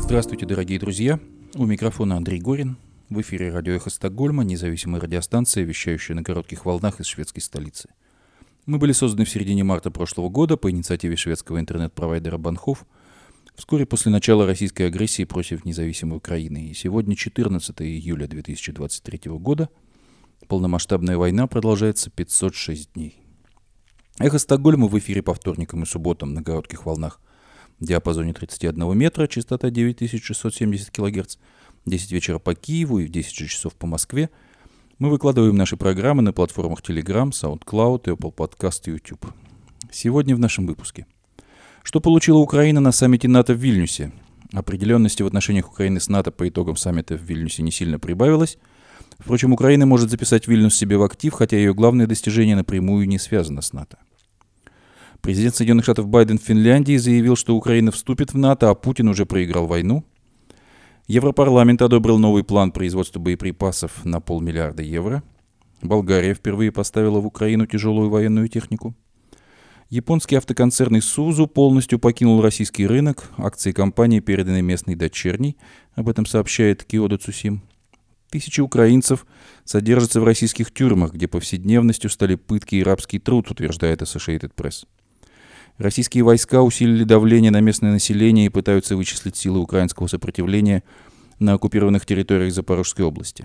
Здравствуйте, дорогие друзья! У микрофона Андрей Горин. В эфире радио «Эхо Стокгольма», независимая радиостанция, вещающая на коротких волнах из шведской столицы. Мы были созданы в середине марта прошлого года по инициативе шведского интернет-провайдера Банхоф, вскоре после начала российской агрессии против независимой Украины. И сегодня 14 июля 2023 года. Полномасштабная война продолжается 506 дней. «Эхо Стокгольма» в эфире по вторникам и субботам на коротких волнах в диапазоне 31 метра, частота 9670 кГц, 10 вечера по Киеву и в 10 часов по Москве. Мы выкладываем наши программы на платформах Telegram, SoundCloud, Apple Podcast и YouTube. Сегодня в нашем выпуске. Что получила Украина на саммите НАТО в Вильнюсе? Определенности в отношениях Украины с НАТО по итогам саммита в Вильнюсе не сильно прибавилось. Впрочем, Украина может записать Вильнюс себе в актив, хотя ее главное достижение напрямую не связано с НАТО. Президент Соединенных Штатов Байден в Финляндии заявил, что Украина вступит в НАТО, а Путин уже проиграл войну. Европарламент одобрил новый план производства боеприпасов на 500 миллиарда евро. Болгария впервые поставила в Украину тяжелую военную технику. Японский автоконцерн Isuzu полностью покинул российский рынок. Акции компании переданы местной дочерней. Об этом сообщает Киодо Цусим. Тысячи украинцев содержатся в российских тюрьмах, где повседневностью стали пытки и рабский труд, утверждает Associated Press. Российские войска усилили давление на местное население и пытаются вычислить силы украинского сопротивления на оккупированных территориях Запорожской области.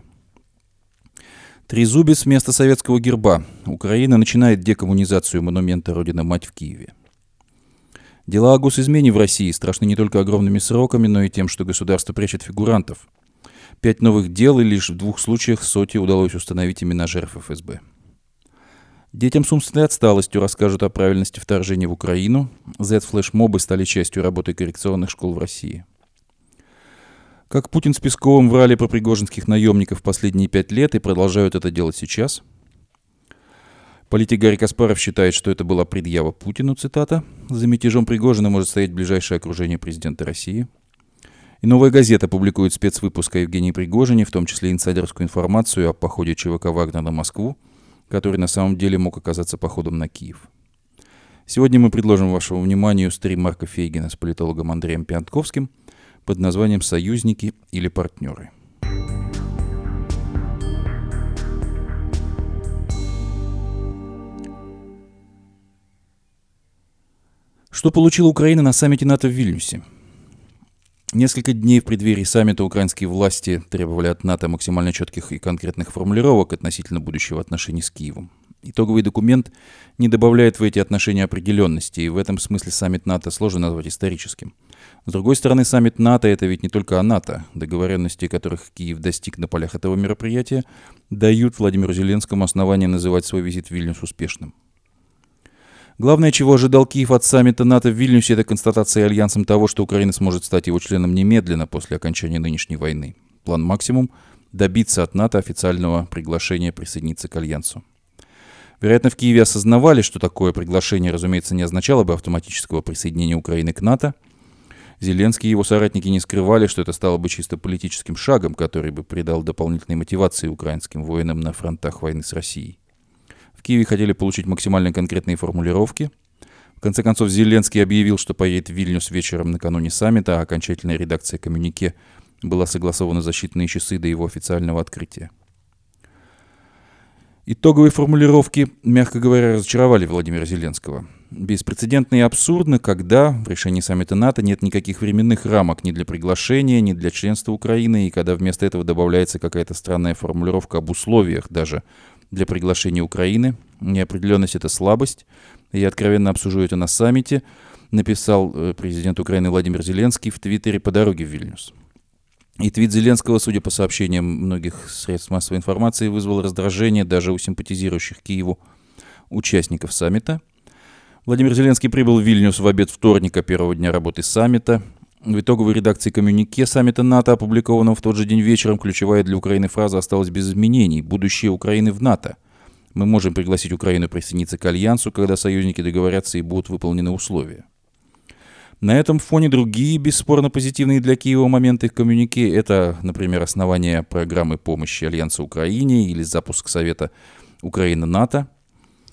Трезубец вместо советского герба. Украина начинает декоммунизацию монумента Родина-Мать в Киеве. Дела о госизмене в России страшны не только огромными сроками, но и тем, что государство прячет фигурантов. 5 новых дел, и лишь в 2 случаях СОТе удалось установить имена жертв ФСБ. Детям с умственной отсталостью расскажут о правильности вторжения в Украину. Z-флешмобы стали частью работы коррекционных школ в России. Как Путин с Песковым врали про пригожинских наемников последние 5 лет и продолжают это делать сейчас. Политик Гарри Каспаров считает, что это была предъява Путину, цитата. «За мятежом Пригожина может стоять ближайшее окружение президента России». И «Новая газета» публикует спецвыпуск о Евгении Пригожине, в том числе инсайдерскую информацию о походе ЧВК «Вагнер» на Москву, который на самом деле мог оказаться походом на Киев. Сегодня мы предложим вашему вниманию стрим Марка Фейгина с политологом Андреем Пиантковским под названием «Союзники или партнеры». Что получила Украина на саммите НАТО в Вильнюсе? Несколько дней в преддверии саммита украинские власти требовали от НАТО максимально четких и конкретных формулировок относительно будущего отношений с Киевом. Итоговый документ не добавляет в эти отношения определенности, и в этом смысле саммит НАТО сложно назвать историческим. С другой стороны, саммит НАТО – это ведь не только о НАТО. Договоренности, которых Киев достиг на полях этого мероприятия, дают Владимиру Зеленскому основание называть свой визит в Вильнюс успешным. Главное, чего ожидал Киев от саммита НАТО в Вильнюсе, это констатация альянсом того, что Украина сможет стать его членом немедленно после окончания нынешней войны. План максимум – добиться от НАТО официального приглашения присоединиться к альянсу. Вероятно, в Киеве осознавали, что такое приглашение, разумеется, не означало бы автоматического присоединения Украины к НАТО. Зеленский и его соратники не скрывали, что это стало бы чисто политическим шагом, который бы придал дополнительной мотивации украинским воинам на фронтах войны с Россией. В Киеве хотели получить максимально конкретные формулировки. В конце концов, Зеленский объявил, что поедет в Вильнюс вечером накануне саммита, а окончательная редакция коммюнике была согласована за считанные часы до его официального открытия. Итоговые формулировки, мягко говоря, разочаровали Владимира Зеленского. Беспрецедентно и абсурдно, когда в решении саммита НАТО нет никаких временных рамок ни для приглашения, ни для членства Украины, и когда вместо этого добавляется какая-то странная формулировка об условиях даже для приглашения Украины. Неопределенность – это слабость. Я откровенно обсужу это на саммите, написал президент Украины Владимир Зеленский в Твиттере по дороге в Вильнюс. И твит Зеленского, судя по сообщениям многих средств массовой информации, вызвал раздражение даже у симпатизирующих Киеву участников саммита. Владимир Зеленский прибыл в Вильнюс в обед вторника, первого дня работы саммита. В итоговой редакции коммюнике саммита НАТО, опубликованного в тот же день вечером, ключевая для Украины фраза осталась без изменений. Будущее Украины в НАТО. Мы можем пригласить Украину присоединиться к альянсу, когда союзники договорятся и будут выполнены условия. На этом фоне другие, бесспорно позитивные для Киева моменты в коммюнике – это, например, основание программы помощи Альянса Украине или запуск Совета Украина-НАТО.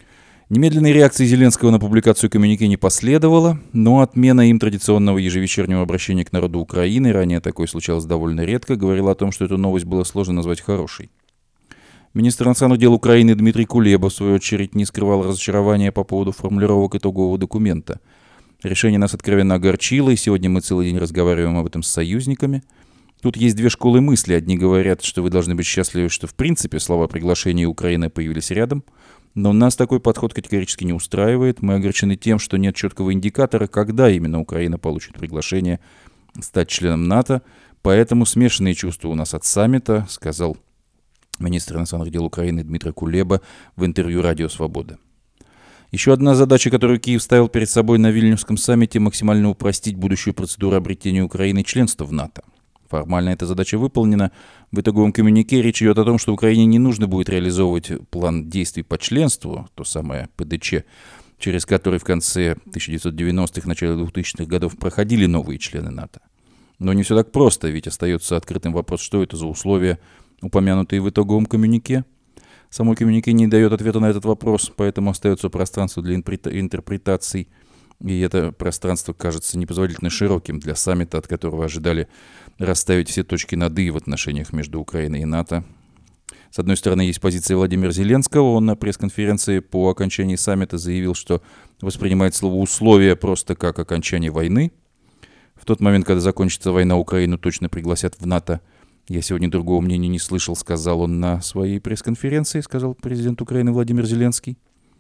Немедленной реакции Зеленского на публикацию коммюнике не последовало, но отмена им традиционного ежевечернего обращения к народу Украины, ранее такое случалось довольно редко, говорила о том, что эту новость было сложно назвать хорошей. Министр иностранных дел Украины Дмитрий Кулеба, в свою очередь, не скрывал разочарования по поводу формулировок итогового документа. Решение нас откровенно огорчило, и сегодня мы целый день разговариваем об этом с союзниками. Тут есть две школы мысли. Одни говорят, что вы должны быть счастливы, что в принципе слова приглашения Украины появились рядом. Но нас такой подход категорически не устраивает. Мы огорчены тем, что нет четкого индикатора, когда именно Украина получит приглашение стать членом НАТО. Поэтому смешанные чувства у нас от саммита, сказал министр иностранных дел Украины Дмитрий Кулеба в интервью «Радио Свобода». Еще одна задача, которую Киев ставил перед собой на Вильнюсском саммите, максимально упростить будущую процедуру обретения Украины членства в НАТО. Формально эта задача выполнена. В итоговом коммюнике речь идет о том, что Украине не нужно будет реализовывать план действий по членству, то самое ПДЧ, через который в конце 1990-х, начале 2000-х годов проходили новые члены НАТО. Но не все так просто, ведь остается открытым вопрос, что это за условия, упомянутые в итоговом коммюнике. Само коммюнике не дает ответа на этот вопрос, поэтому остается пространство для интерпретаций. И это пространство кажется непозволительно широким для саммита, от которого ожидали расставить все точки над «и» в отношениях между Украиной и НАТО. С одной стороны, есть позиция Владимира Зеленского. Он на пресс-конференции по окончании саммита заявил, что воспринимает слово «условия» просто как окончание войны. В тот момент, когда закончится война, Украину точно пригласят в НАТО. Я сегодня другого мнения не слышал, сказал он на своей пресс-конференции, сказал президент Украины Владимир Зеленский.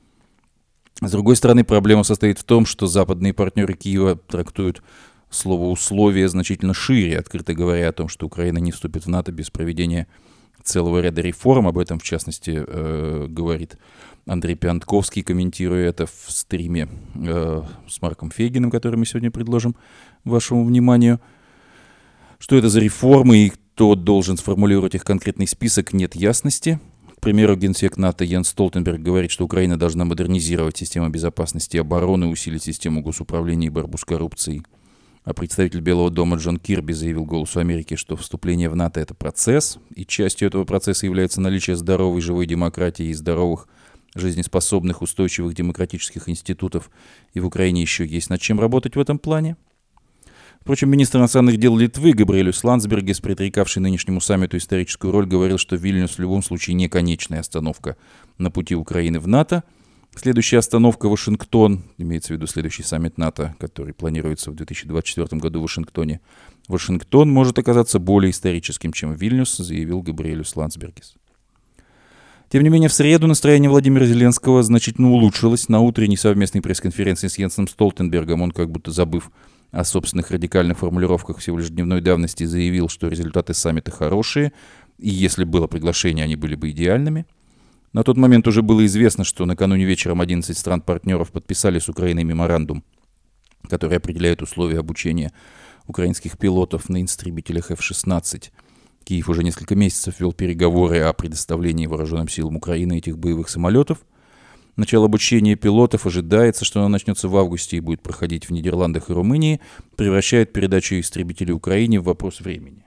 С другой стороны, проблема состоит в том, что западные партнеры Киева трактуют слово «условия» значительно шире, открыто говоря о том, что Украина не вступит в НАТО без проведения целого ряда реформ. Об этом, в частности, говорит Андрей Пиантковский, комментируя это в стриме с Марком Фейгиным, который мы сегодня предложим вашему вниманию. Что это за реформы и кто должен сформулировать их конкретный список, нет ясности. К примеру, генсек НАТО Йенс Столтенберг говорит, что Украина должна модернизировать систему безопасности и обороны, усилить систему госуправления и борьбу с коррупцией. А представитель Белого дома Джон Кирби заявил «Голосу Америки», что вступление в НАТО – это процесс, и частью этого процесса является наличие здоровой живой демократии и здоровых, жизнеспособных, устойчивых демократических институтов. И в Украине еще есть над чем работать в этом плане. Впрочем, министр иностранных дел Литвы Габриэлюс Ландсбергис, предрекавший нынешнему саммиту историческую роль, говорил, что Вильнюс в любом случае не конечная остановка на пути Украины в НАТО. Следующая остановка — Вашингтон, имеется в виду следующий саммит НАТО, который планируется в 2024 году в Вашингтоне. Вашингтон может оказаться более историческим, чем Вильнюс, заявил Габриэлюс Ландсбергис. Тем не менее, в среду настроение Владимира Зеленского значительно улучшилось. На утренней совместной пресс-конференции с Йенсом Столтенбергом он, как будто забыв о собственных радикальных формулировках всего лишь дневной давности, заявил, что результаты саммита хорошие, и если было приглашение, они были бы идеальными. На тот момент уже было известно, что накануне вечером 11 стран-партнеров подписали с Украиной меморандум, который определяет условия обучения украинских пилотов на истребителях F-16. Киев уже несколько месяцев вел переговоры о предоставлении вооруженным силам Украины этих боевых самолетов. Начало обучения пилотов ожидается, что оно начнется в августе и будет проходить в Нидерландах и Румынии, превращает передачу истребителей Украине в вопрос времени.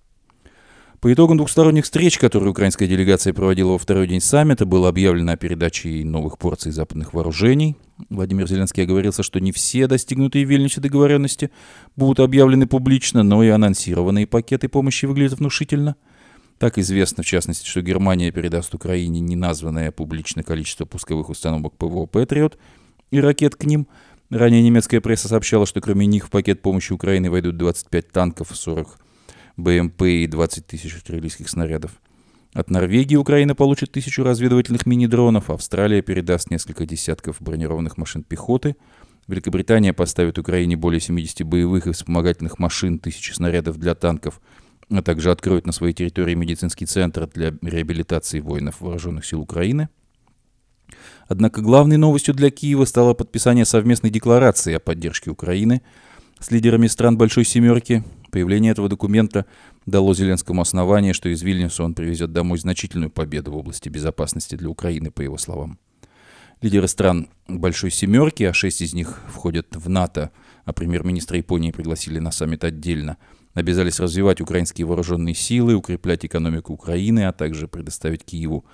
По итогам двухсторонних встреч, которые украинская делегация проводила во второй день саммита, было объявлено о передаче новых порций западных вооружений. Владимир Зеленский оговорился, что не все достигнутые в Вильнюсе договоренности будут объявлены публично, но и анонсированные пакеты помощи выглядят внушительно. Так известно, в частности, что Германия передаст Украине неназванное публично количество пусковых установок ПВО «Патриот» и ракет к ним. Ранее немецкая пресса сообщала, что кроме них в пакет помощи Украины войдут 25 танков, 40 БМП и 20 тысяч артиллерийских снарядов. От Норвегии Украина получит 1000 разведывательных мини-дронов, Австралия передаст несколько десятков бронированных машин пехоты, Великобритания поставит Украине более 70 боевых и вспомогательных машин, 1000 снарядов для танков, а также откроет на своей территории медицинский центр для реабилитации воинов вооруженных сил Украины. Однако главной новостью для Киева стало подписание совместной декларации о поддержке Украины с лидерами стран Большой Семерки. Появление этого документа дало Зеленскому основание, что из Вильнюса он привезет домой значительную победу в области безопасности для Украины, по его словам. Лидеры стран Большой Семерки, а 6 из них входят в НАТО, а премьер-министра Японии пригласили на саммит отдельно, обязались развивать украинские вооруженные силы, укреплять экономику Украины, а также предоставить Киеву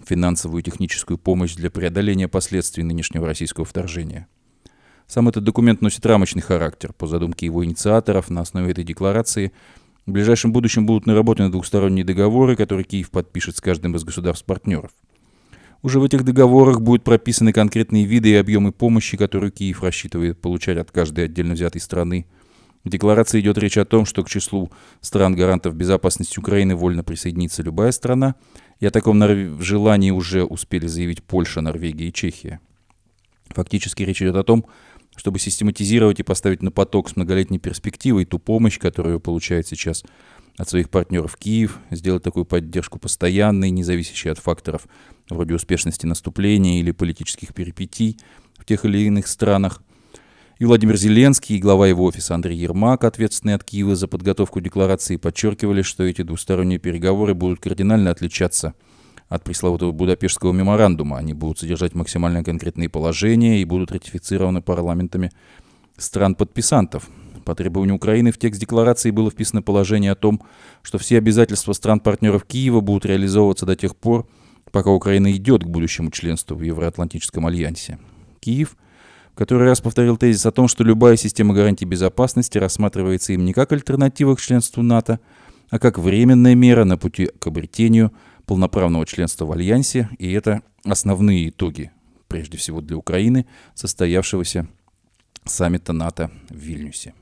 финансовую и техническую помощь для преодоления последствий нынешнего российского вторжения. Сам этот документ носит рамочный характер. По задумке его инициаторов, на основе этой декларации в ближайшем будущем будут наработаны двухсторонние договоры, которые Киев подпишет с каждым из государств-партнеров. Уже в этих договорах будут прописаны конкретные виды и объемы помощи, которую Киев рассчитывает получать от каждой отдельно взятой страны. В декларации идет речь о том, что к числу стран-гарантов безопасности Украины вольно присоединится любая страна, и о таком желании уже успели заявить Польша, Норвегия и Чехия. Фактически речь идет о том, чтобы систематизировать и поставить на поток с многолетней перспективой ту помощь, которую получает сейчас от своих партнеров Киев, сделать такую поддержку постоянной, не зависящей от факторов вроде успешности наступления или политических перипетий в тех или иных странах. И Владимир Зеленский, и глава его офиса Андрей Ермак, ответственные от Киева за подготовку декларации, подчеркивали, что эти двусторонние переговоры будут кардинально отличаться от пресловутого Будапештского меморандума. Они будут содержать максимально конкретные положения и будут ратифицированы парламентами стран-подписантов. По требованию Украины в текст декларации было вписано положение о том, что все обязательства стран-партнеров Киева будут реализовываться до тех пор, пока Украина идет к будущему членству в Евроатлантическом альянсе. Киев в который раз повторил тезис о том, что любая система гарантий безопасности рассматривается им не как альтернатива к членству НАТО, а как временная мера на пути к обретению полноправного членства в Альянсе, и это основные итоги, прежде всего для Украины, состоявшегося саммита НАТО в Вильнюсе.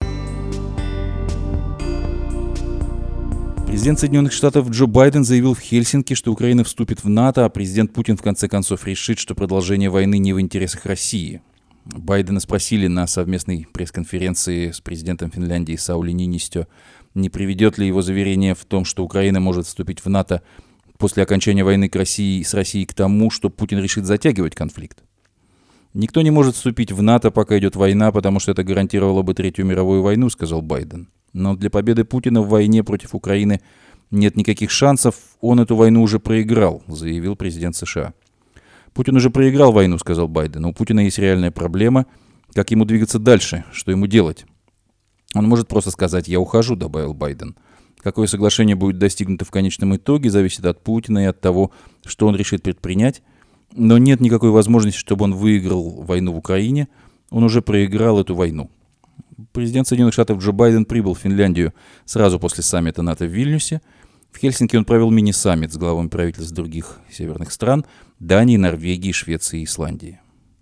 Президент Соединенных Штатов Джо Байден заявил в Хельсинки, что Украина вступит в НАТО, а президент Путин в конце концов решит, что продолжение войны не в интересах России. Байдена спросили на совместной пресс-конференции с президентом Финляндии Саули Ниинистё, не приведет ли его заверение в том, что Украина может вступить в НАТО после окончания войны с Россией к тому, что Путин решит затягивать конфликт. «Никто не может вступить в НАТО, пока идет война, потому что это гарантировало бы Третью мировую войну», — сказал Байден. «Но для победы Путина в войне против Украины нет никаких шансов, он эту войну уже проиграл», — заявил президент США. «Путин уже проиграл войну», — сказал Байден. «У Путина есть реальная проблема. Как ему двигаться дальше? Что ему делать?» «Он может просто сказать «я ухожу», — добавил Байден. «Какое соглашение будет достигнуто в конечном итоге, зависит от Путина и от того, что он решит предпринять. Но нет никакой возможности, чтобы он выиграл войну в Украине. Он уже проиграл эту войну». Президент Соединенных Штатов Джо Байден прибыл в Финляндию сразу после саммита НАТО в Вильнюсе. В Хельсинки он провел мини-саммит с главами правительств других северных стран – Дании, Норвегии, Швеции и Исландии.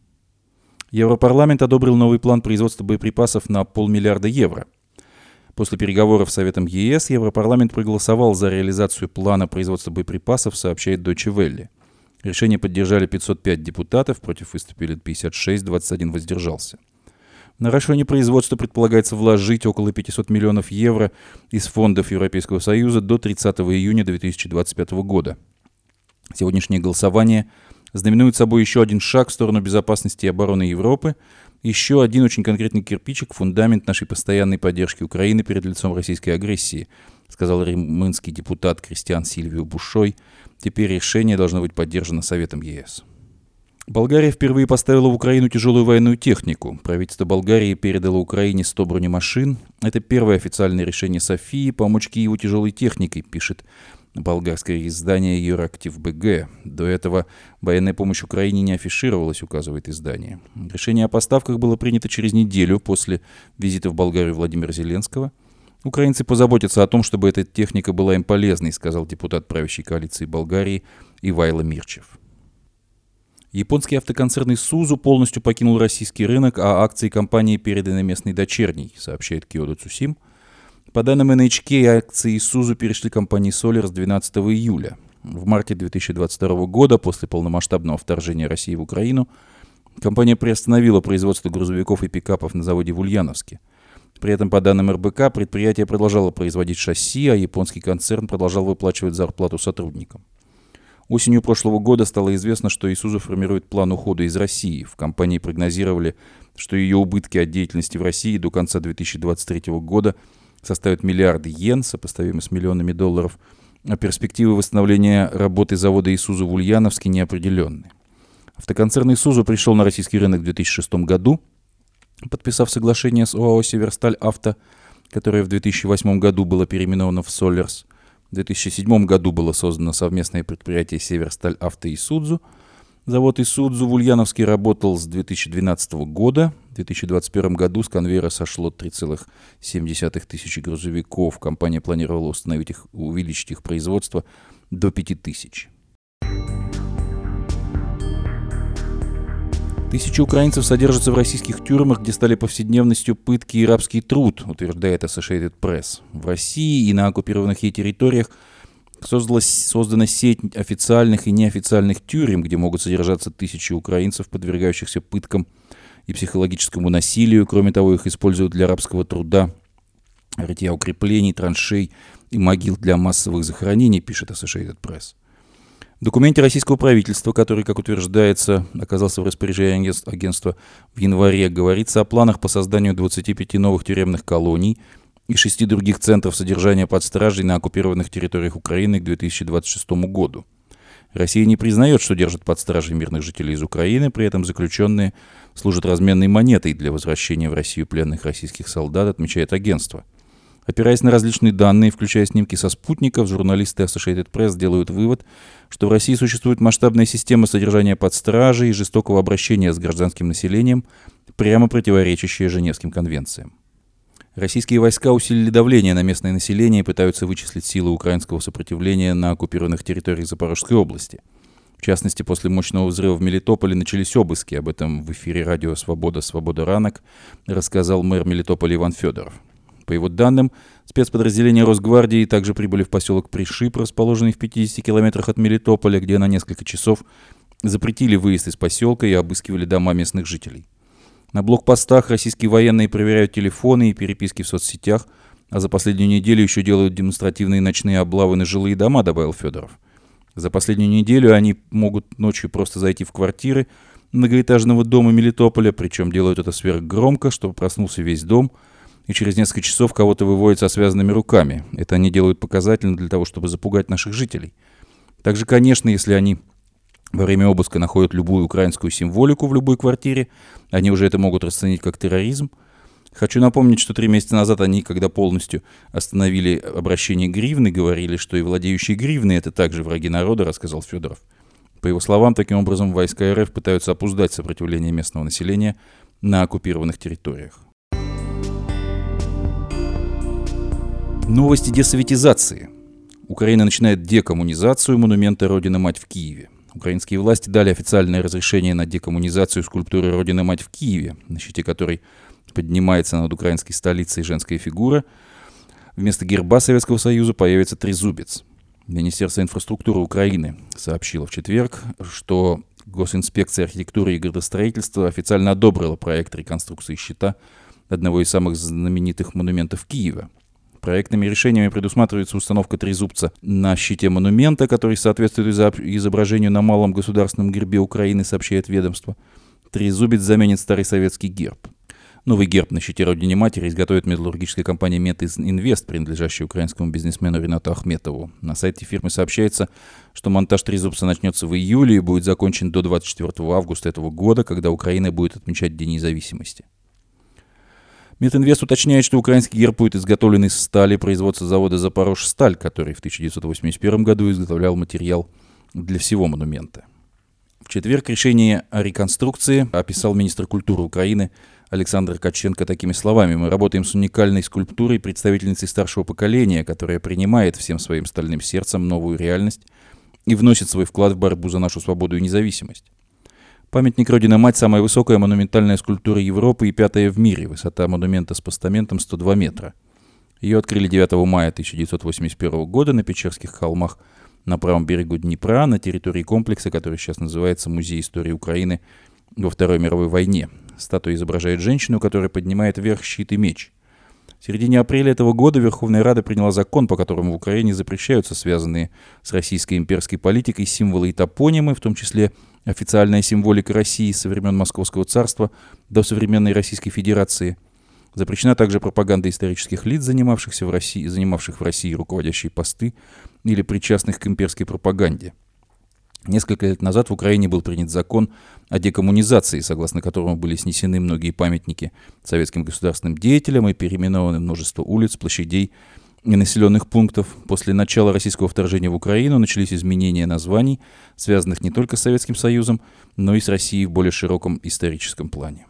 Европарламент одобрил новый план производства боеприпасов на 500 миллиарда евро. После переговоров с Советом ЕС Европарламент проголосовал за реализацию плана производства боеприпасов, сообщает Deutsche Welle. Решение поддержали 505 депутатов, против выступили 56, 21 воздержался. В наращивание производства предполагается вложить около 500 миллионов евро из фондов Европейского Союза до 30 июня 2025 года. Сегодняшнее голосование знаменует собой еще один шаг в сторону безопасности и обороны Европы, еще один очень конкретный кирпичик, фундамент нашей постоянной поддержки Украины перед лицом российской агрессии, сказал румынский депутат Кристиан Сильвио Бушой. Теперь решение должно быть поддержано Советом ЕС. Болгария впервые поставила в Украину тяжелую военную технику. Правительство Болгарии передало Украине 100 бронемашин. Это первое официальное решение Софии помочь Киеву тяжелой техникой, пишет болгарское издание Euractiv BG. До этого военная помощь Украине не афишировалась, указывает издание. Решение о поставках было принято через неделю после визита в Болгарию Владимира Зеленского. «Украинцы позаботятся о том, чтобы эта техника была им полезной», сказал депутат правящей коалиции Болгарии Ивайло Мирчев. Японский автоконцерн Isuzu полностью покинул российский рынок, а акции компании переданы местной дочерней, сообщает Kyodo Tsushin. По данным NHK, акции Isuzu перешли компании Solar с 12 июля. В марте 2022 года, после полномасштабного вторжения России в Украину, компания приостановила производство грузовиков и пикапов на заводе в Ульяновске. При этом, по данным РБК, предприятие продолжало производить шасси, а японский концерн продолжал выплачивать зарплату сотрудникам. Осенью прошлого года стало известно, что Isuzu формирует план ухода из России. В компании прогнозировали, что ее убытки от деятельности в России до конца 2023 года составят миллиарды йен, сопоставимы с миллионами долларов, а перспективы восстановления работы завода Isuzu в Ульяновске неопределенны. Автоконцерн Isuzu пришел на российский рынок в 2006 году, подписав соглашение с ОАО «Северсталь Авто», которое в 2008 году было переименовано в Solers. В 2007 году было создано совместное предприятие «Северсталь Авто Исудзу». Завод Исудзу в Ульяновске работал с 2012 года. В 2021 году с конвейера сошло 3,7 тысячи грузовиков. Компания планировала увеличить их производство до 5000. Тысячи украинцев содержатся в российских тюрьмах, где стали повседневностью пытки и рабский труд, утверждает Associated Press. В России и на оккупированных ей территориях создана сеть официальных и неофициальных тюрем, где могут содержаться тысячи украинцев, подвергающихся пыткам и психологическому насилию. Кроме того, их используют для рабского труда, рытья укреплений, траншей и могил для массовых захоронений, пишет Associated Press. В документе российского правительства, который, как утверждается, оказался в распоряжении агентства в январе, говорится о планах по созданию 25 новых тюремных колоний и 6 других центров содержания под стражей на оккупированных территориях Украины к 2026 году. Россия не признает, что держит под стражей мирных жителей из Украины, при этом заключенные служат разменной монетой для возвращения в Россию пленных российских солдат, отмечает агентство. Опираясь на различные данные, включая снимки со спутников, журналисты Associated Press делают вывод, что в России существует масштабная система содержания под стражей и жестокого обращения с гражданским населением, прямо противоречащая Женевским конвенциям. Российские войска усилили давление на местное население и пытаются вычислить силы украинского сопротивления на оккупированных территориях Запорожской области. В частности, после мощного взрыва в Мелитополе начались обыски. Об этом в эфире радио «Свобода ранок» рассказал мэр Мелитополя Иван Федоров. По его данным, спецподразделения Росгвардии также прибыли в поселок Пришип, расположенный в 50 километрах от Мелитополя, где на несколько часов запретили выезд из поселка и обыскивали дома местных жителей. На блокпостах российские военные проверяют телефоны и переписки в соцсетях, а за последнюю неделю еще делают демонстративные ночные облавы на жилые дома, добавил Федоров. За последнюю неделю они могут ночью просто зайти в квартиры многоэтажного дома Мелитополя, причем делают это сверхгромко, чтобы проснулся весь дом, и через несколько часов кого-то выводят со связанными руками. Это они делают показательно для того, чтобы запугать наших жителей. Также, конечно, если они во время обыска находят любую украинскую символику в любой квартире, они уже это могут расценить как терроризм. Хочу напомнить, что 3 месяца назад они, когда полностью остановили обращение гривны, говорили, что и владеющие гривны – это также враги народа, рассказал Федоров. По его словам, таким образом войска РФ пытаются опуздать сопротивление местного населения на оккупированных территориях. Новости десоветизации. Украина начинает декоммунизацию монумента Родина-Мать в Киеве. Украинские власти дали официальное разрешение на декоммунизацию скульптуры Родина-Мать в Киеве, на щите которой поднимается над украинской столицей женская фигура. Вместо герба Советского Союза появится трезубец. Министерство инфраструктуры Украины сообщило в четверг, что Госинспекция архитектуры и градостроительства официально одобрила проект реконструкции щита одного из самых знаменитых монументов Киева. Проектными решениями предусматривается установка трезубца на щите монумента, который соответствует изображению на малом государственном гербе Украины, сообщает ведомство. Трезубец заменит старый советский герб. Новый герб на щите Родине Матери изготовит металлургическая компания «Метинвест», принадлежащая украинскому бизнесмену Ринату Ахметову. На сайте фирмы сообщается, что монтаж трезубца начнется в июле и будет закончен до 24 августа этого года, когда Украина будет отмечать День независимости. Метинвест уточняет, что украинский герб будет изготовлен из стали производства завода «Запорожсталь», который в 1981 году изготовлял материал для всего монумента. В четверг решение о реконструкции описал министр культуры Украины Александр Ткаченко такими словами: «Мы работаем с уникальной скульптурой, представительницей старшего поколения, которая принимает всем своим стальным сердцем новую реальность и вносит свой вклад в борьбу за нашу свободу и независимость». Памятник Родина-Мать – самая высокая монументальная скульптура Европы и 5-я в мире. Высота монумента с постаментом 102 метра. Ее открыли 9 мая 1981 года на Печерских холмах на правом берегу Днепра, на территории комплекса, который сейчас называется Музей истории Украины во Второй мировой войне. Статуя изображает женщину, которая поднимает вверх щит и меч. В середине апреля этого года Верховная Рада приняла закон, по которому в Украине запрещаются связанные с российской имперской политикой символы и топонимы, в том числе официальная символика России со времен Московского царства до современной Российской Федерации. Запрещена также пропаганда исторических лиц, занимавших в России руководящие посты или причастных к имперской пропаганде. Несколько лет назад в Украине был принят закон о декоммунизации, согласно которому были снесены многие памятники советским государственным деятелям и переименованы множество улиц, площадей и населенных пунктов. После начала российского вторжения в Украину начались изменения названий, связанных не только с Советским Союзом, но и с Россией в более широком историческом плане.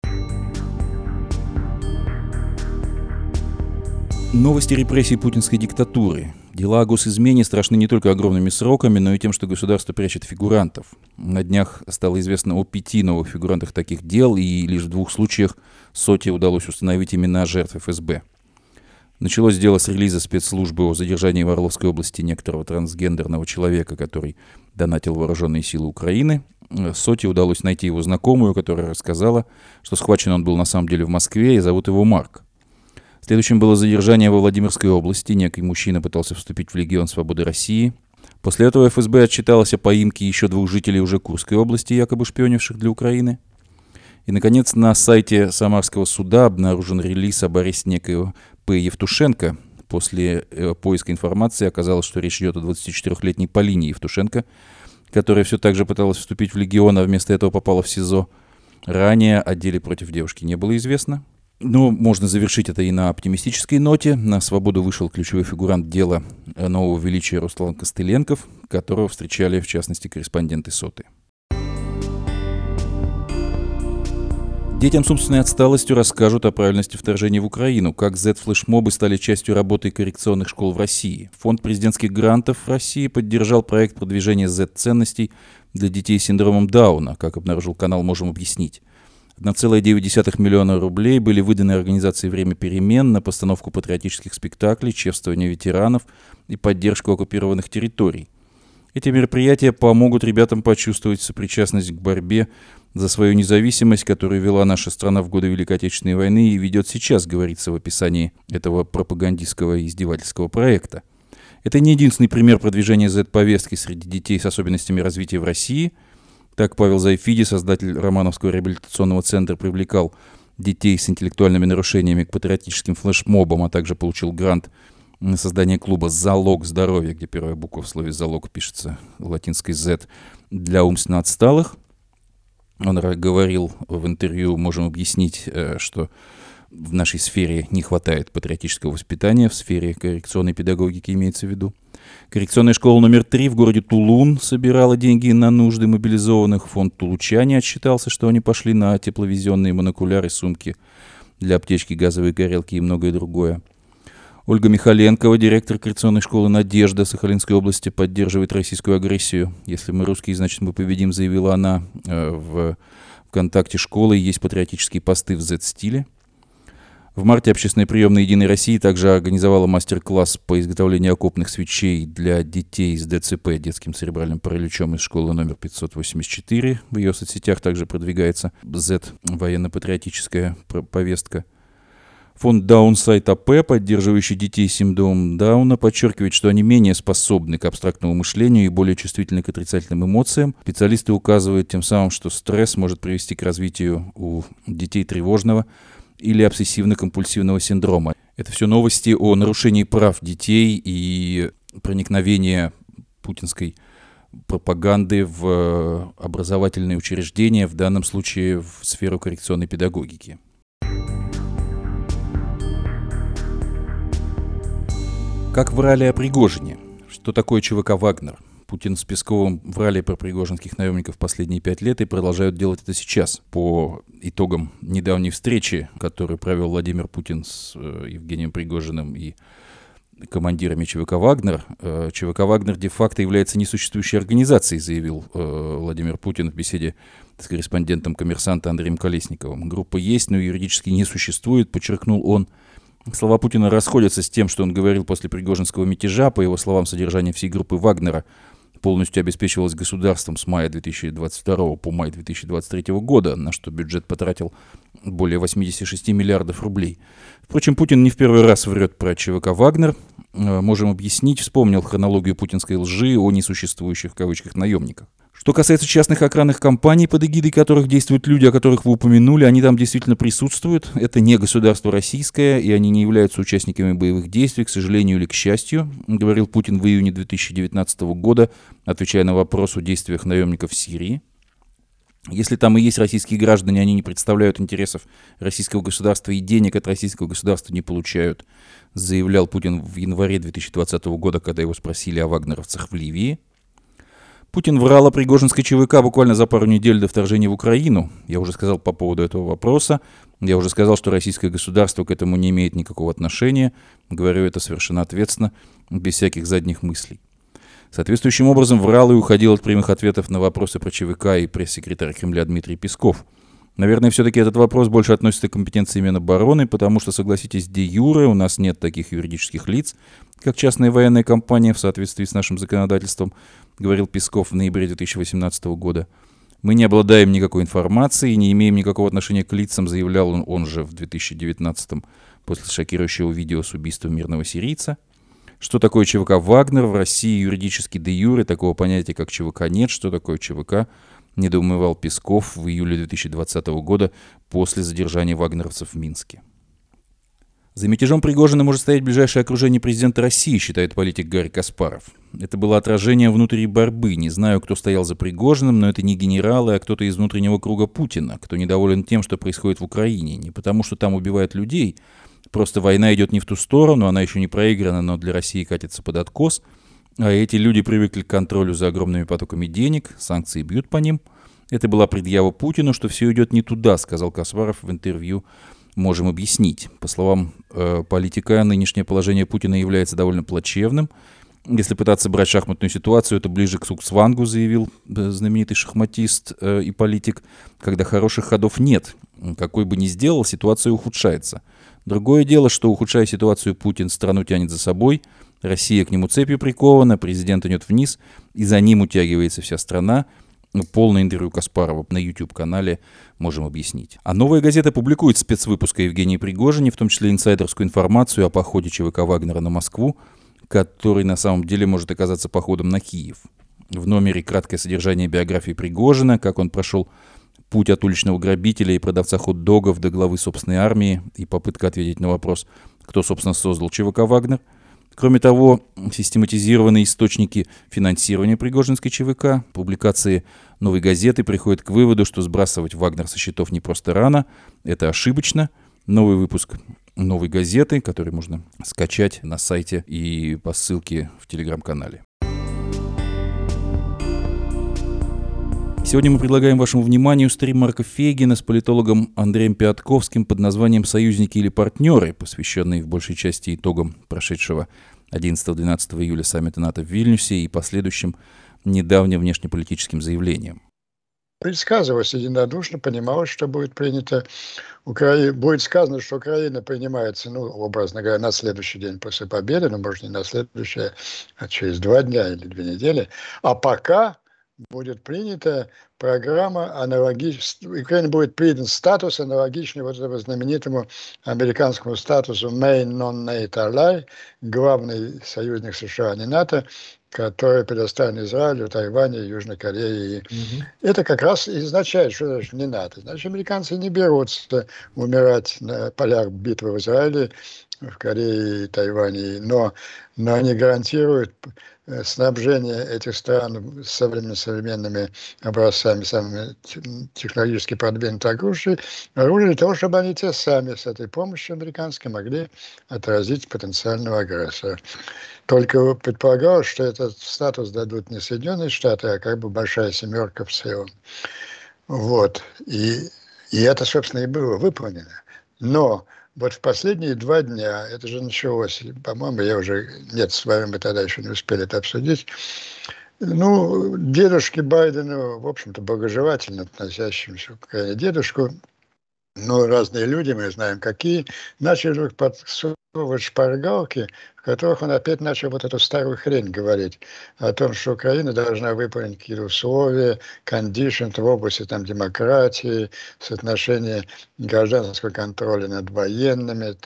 Новости репрессий путинской диктатуры. Дела о госизмене страшны не только огромными сроками, но и тем, что государство прячет фигурантов. На днях стало известно о 5 новых фигурантах таких дел, и лишь в 2 случаях Соте удалось установить имена жертв ФСБ. Началось дело с релиза спецслужбы о задержании в Орловской области некоторого трансгендерного человека, который донатил вооруженные силы Украины. Соте удалось найти его знакомую, которая рассказала, что схвачен он был на самом деле в Москве и зовут его Марк. Следующим было задержание во Владимирской области. Некий мужчина пытался вступить в Легион Свободы России. После этого ФСБ отчиталось о поимке еще 2 жителей уже Курской области, якобы шпионивших для Украины. И, наконец, на сайте Самарского суда обнаружен релиз об аресте некоего П. Евтушенко. После поиска информации оказалось, что речь идет о 24-летней Полине Евтушенко, которая все так же пыталась вступить в Легион, а вместо этого попала в СИЗО. Ранее о деле против девушки не было известно. Но можно завершить это и на оптимистической ноте. На свободу вышел ключевой фигурант дела нового величия Руслан Костыленков, которого встречали, в частности, корреспонденты Соты. Детям с умственной отсталостью расскажут о правильности вторжения в Украину, как Z-флешмобы стали частью работы коррекционных школ в России. Фонд президентских грантов в России поддержал проект продвижения Z-ценностей для детей с синдромом Дауна, как обнаружил канал «Можем объяснить». 1,9 миллиона рублей были выданы организации «Время перемен» на постановку патриотических спектаклей, чествование ветеранов и поддержку оккупированных территорий. Эти мероприятия помогут ребятам почувствовать сопричастность к борьбе за свою независимость, которую вела наша страна в годы Великой Отечественной войны и ведет сейчас, говорится в описании этого пропагандистского и издевательского проекта. Это не единственный пример продвижения Z-повестки среди детей с особенностями развития в России. Так Павел Зайфиди, создатель Романовского реабилитационного центра, привлекал детей с интеллектуальными нарушениями к патриотическим флешмобам, а также получил грант на создание клуба «Залог здоровья», где первая буква в слове «залог» пишется латинской «z», для умственно отсталых. Он говорил в интервью «Можем объяснить», что в нашей сфере не хватает патриотического воспитания, в сфере коррекционной педагогики имеется в виду. Коррекционная школа номер 3 в городе Тулун собирала деньги на нужды мобилизованных. Фонд «Тулучане» отсчитался, что они пошли на тепловизионные монокуляры, сумки для аптечки, газовые горелки и многое другое. Ольга Михаленкова, директор коррекционной школы «Надежда» Сахалинской области, поддерживает российскую агрессию. «Если мы русские, значит мы победим», заявила она в ВКонтакте школы. Есть патриотические посты в Z-стиле. В марте общественная приемная «Единой России» также организовала мастер-класс по изготовлению окопных свечей для детей с ДЦП, детским церебральным параличом, из школы номер 584. В ее соцсетях также продвигается Z, военно-патриотическая повестка. Фонд Даунсайт АП, поддерживающий детей с синдромом Дауна, подчеркивает, что они менее способны к абстрактному мышлению и более чувствительны к отрицательным эмоциям. Специалисты указывают тем самым, что стресс может привести к развитию у детей тревожного или обсессивно-компульсивного синдрома. Это все новости о нарушении прав детей и проникновении путинской пропаганды в образовательные учреждения, в данном случае в сферу коррекционной педагогики. Как врали о Пригожине? Что такое ЧВК «Вагнер»? Путин с Песковым врали про пригожинских наемников последние 5 лет и продолжают делать это сейчас. По итогам недавней встречи, которую провел Владимир Путин с Евгением Пригожиным и командирами ЧВК «Вагнер», ЧВК «Вагнер» де-факто является несуществующей организацией, заявил Владимир Путин в беседе с корреспондентом «Коммерсанта» Андреем Колесниковым. Группа есть, но юридически не существует, подчеркнул он. Слова Путина расходятся с тем, что он говорил после пригожинского мятежа. По его словам, содержание всей группы «Вагнера» полностью обеспечивалось государством с мая 2022 по май 2023 года, на что бюджет потратил более 86 миллиардов рублей. Впрочем, Путин не в первый раз врет про ЧВК «Вагнер». Можем объяснить, вспомнил хронологию путинской лжи о несуществующих в кавычках наемниках. Что касается частных охранных компаний, под эгидой которых действуют люди, о которых вы упомянули, они там действительно присутствуют. Это не государство российское, и они не являются участниками боевых действий, к сожалению или к счастью, говорил Путин в июне 2019 года, отвечая на вопрос о действиях наемников в Сирии. Если там и есть российские граждане, они не представляют интересов российского государства и денег от российского государства не получают, заявлял Путин в январе 2020 года, когда его спросили о вагнеровцах в Ливии. Путин врал о Пригожинской ЧВК буквально за пару недель до вторжения в Украину. Я уже сказал по поводу этого вопроса. Я уже сказал, что российское государство к этому не имеет никакого отношения. Говорю это совершенно ответственно, без всяких задних мыслей. Соответствующим образом врал и уходил от прямых ответов на вопросы про ЧВК и пресс-секретарь Кремля Дмитрий Песков. Наверное, все-таки этот вопрос больше относится к компетенции Минобороны, потому что, согласитесь, де-юре у нас нет таких юридических лиц, как частная военная компания в соответствии с нашим законодательством, говорил Песков в ноябре 2018 года. Мы не обладаем никакой информацией и не имеем никакого отношения к лицам, заявлял он же в 2019 после шокирующего видео с убийством мирного сирийца. Что такое ЧВК «Вагнер»? В России юридически де-юре такого понятия, как ЧВК, нет. Что такое ЧВК? Недоумевал Песков в июле 2020 года после задержания вагнеровцев в Минске. За мятежом Пригожина может стоять ближайшее окружение президента России, считает политик Гарри Каспаров. Это было отражение внутренней борьбы. Не знаю, кто стоял за Пригожиным, но это не генералы, а кто-то из внутреннего круга Путина, кто недоволен тем, что происходит в Украине. Не потому, что там убивают людей. Просто война идет не в ту сторону, она еще не проиграна, но для России катится под откос. А эти люди привыкли к контролю за огромными потоками денег, санкции бьют по ним. Это была предъява Путину, что все идет не туда, сказал Каспаров в интервью «Можем объяснить». По словам политика, нынешнее положение Путина является довольно плачевным. Если пытаться брать шахматную ситуацию, это ближе к Цугцвангу, заявил знаменитый шахматист и политик, когда хороших ходов нет. Какой бы ни сделал, ситуация ухудшается. Другое дело, что, ухудшая ситуацию, Путин страну тянет за собой, Россия к нему цепью прикована, президент идет вниз, и за ним утягивается вся страна. Полное интервью Каспарова на YouTube-канале «Можем объяснить». А «Новая газета» публикует спецвыпуск о Евгении Пригожине, в том числе инсайдерскую информацию о походе ЧВК «Вагнера» на Москву, который на самом деле может оказаться походом на Киев. В номере краткое содержание биографии Пригожина, как он прошел путь от уличного грабителя и продавца хот-догов до главы собственной армии и попытка ответить на вопрос, кто, собственно, создал ЧВК «Вагнер». Кроме того, систематизированные источники финансирования Пригожинской ЧВК, публикации «Новой газеты» приходят к выводу, что сбрасывать «Вагнер» со счетов не просто рано, это ошибочно. Новый выпуск «Новой газеты», который можно скачать на сайте и по ссылке в телеграм-канале. Сегодня мы предлагаем вашему вниманию стрим Марка Фейгина с политологом Андреем Пятковским под названием «Союзники или партнеры», посвященный в большей части итогам прошедшего 11-12 июля саммита НАТО в Вильнюсе и последующим недавним внешнеполитическим заявлениям. Предсказывалось единодушно, понималось, что будет принято. Будет сказано, что Украина принимается, образно говоря, на следующий день после победы, может не на следующий, а через 2 дня или 2 недели. А пока будет принята программа аналогичная, Украине будет придан статус, аналогичный вот этому знаменитому американскому статусу Main Non-NATO Ally, главный союзник США, а не НАТО, который предоставлен Израилю, Тайваню, Южной Корее. Это как раз и означает, что значит не НАТО. Значит, американцы не берутся умирать на полях битвы в Израиле, в Корее, Тайване, но они гарантируют снабжение этих стран современными образцами, самыми технологически продвинутой оружия, для того, чтобы они те сами с этой помощью американской могли отразить потенциального агрессора. Только предполагалось, что этот статус дадут не Соединенные Штаты, а как бы большая семерка в целом. Вот. И это, собственно, и было выполнено. Но вот в последние 2 дня, это же началось, по-моему, нет, с вами мы тогда еще не успели это обсудить, дедушке Байдену, в общем-то, благожелательно относящемуся к Украине дедушку, разные люди, мы знаем какие, начали вдруг подсовывать шпаргалки, в которых он опять начал вот эту старую хрень говорить о том, что Украина должна выполнить какие-то условия, кондишн в области демократии, соотношения гражданского контроля над военными,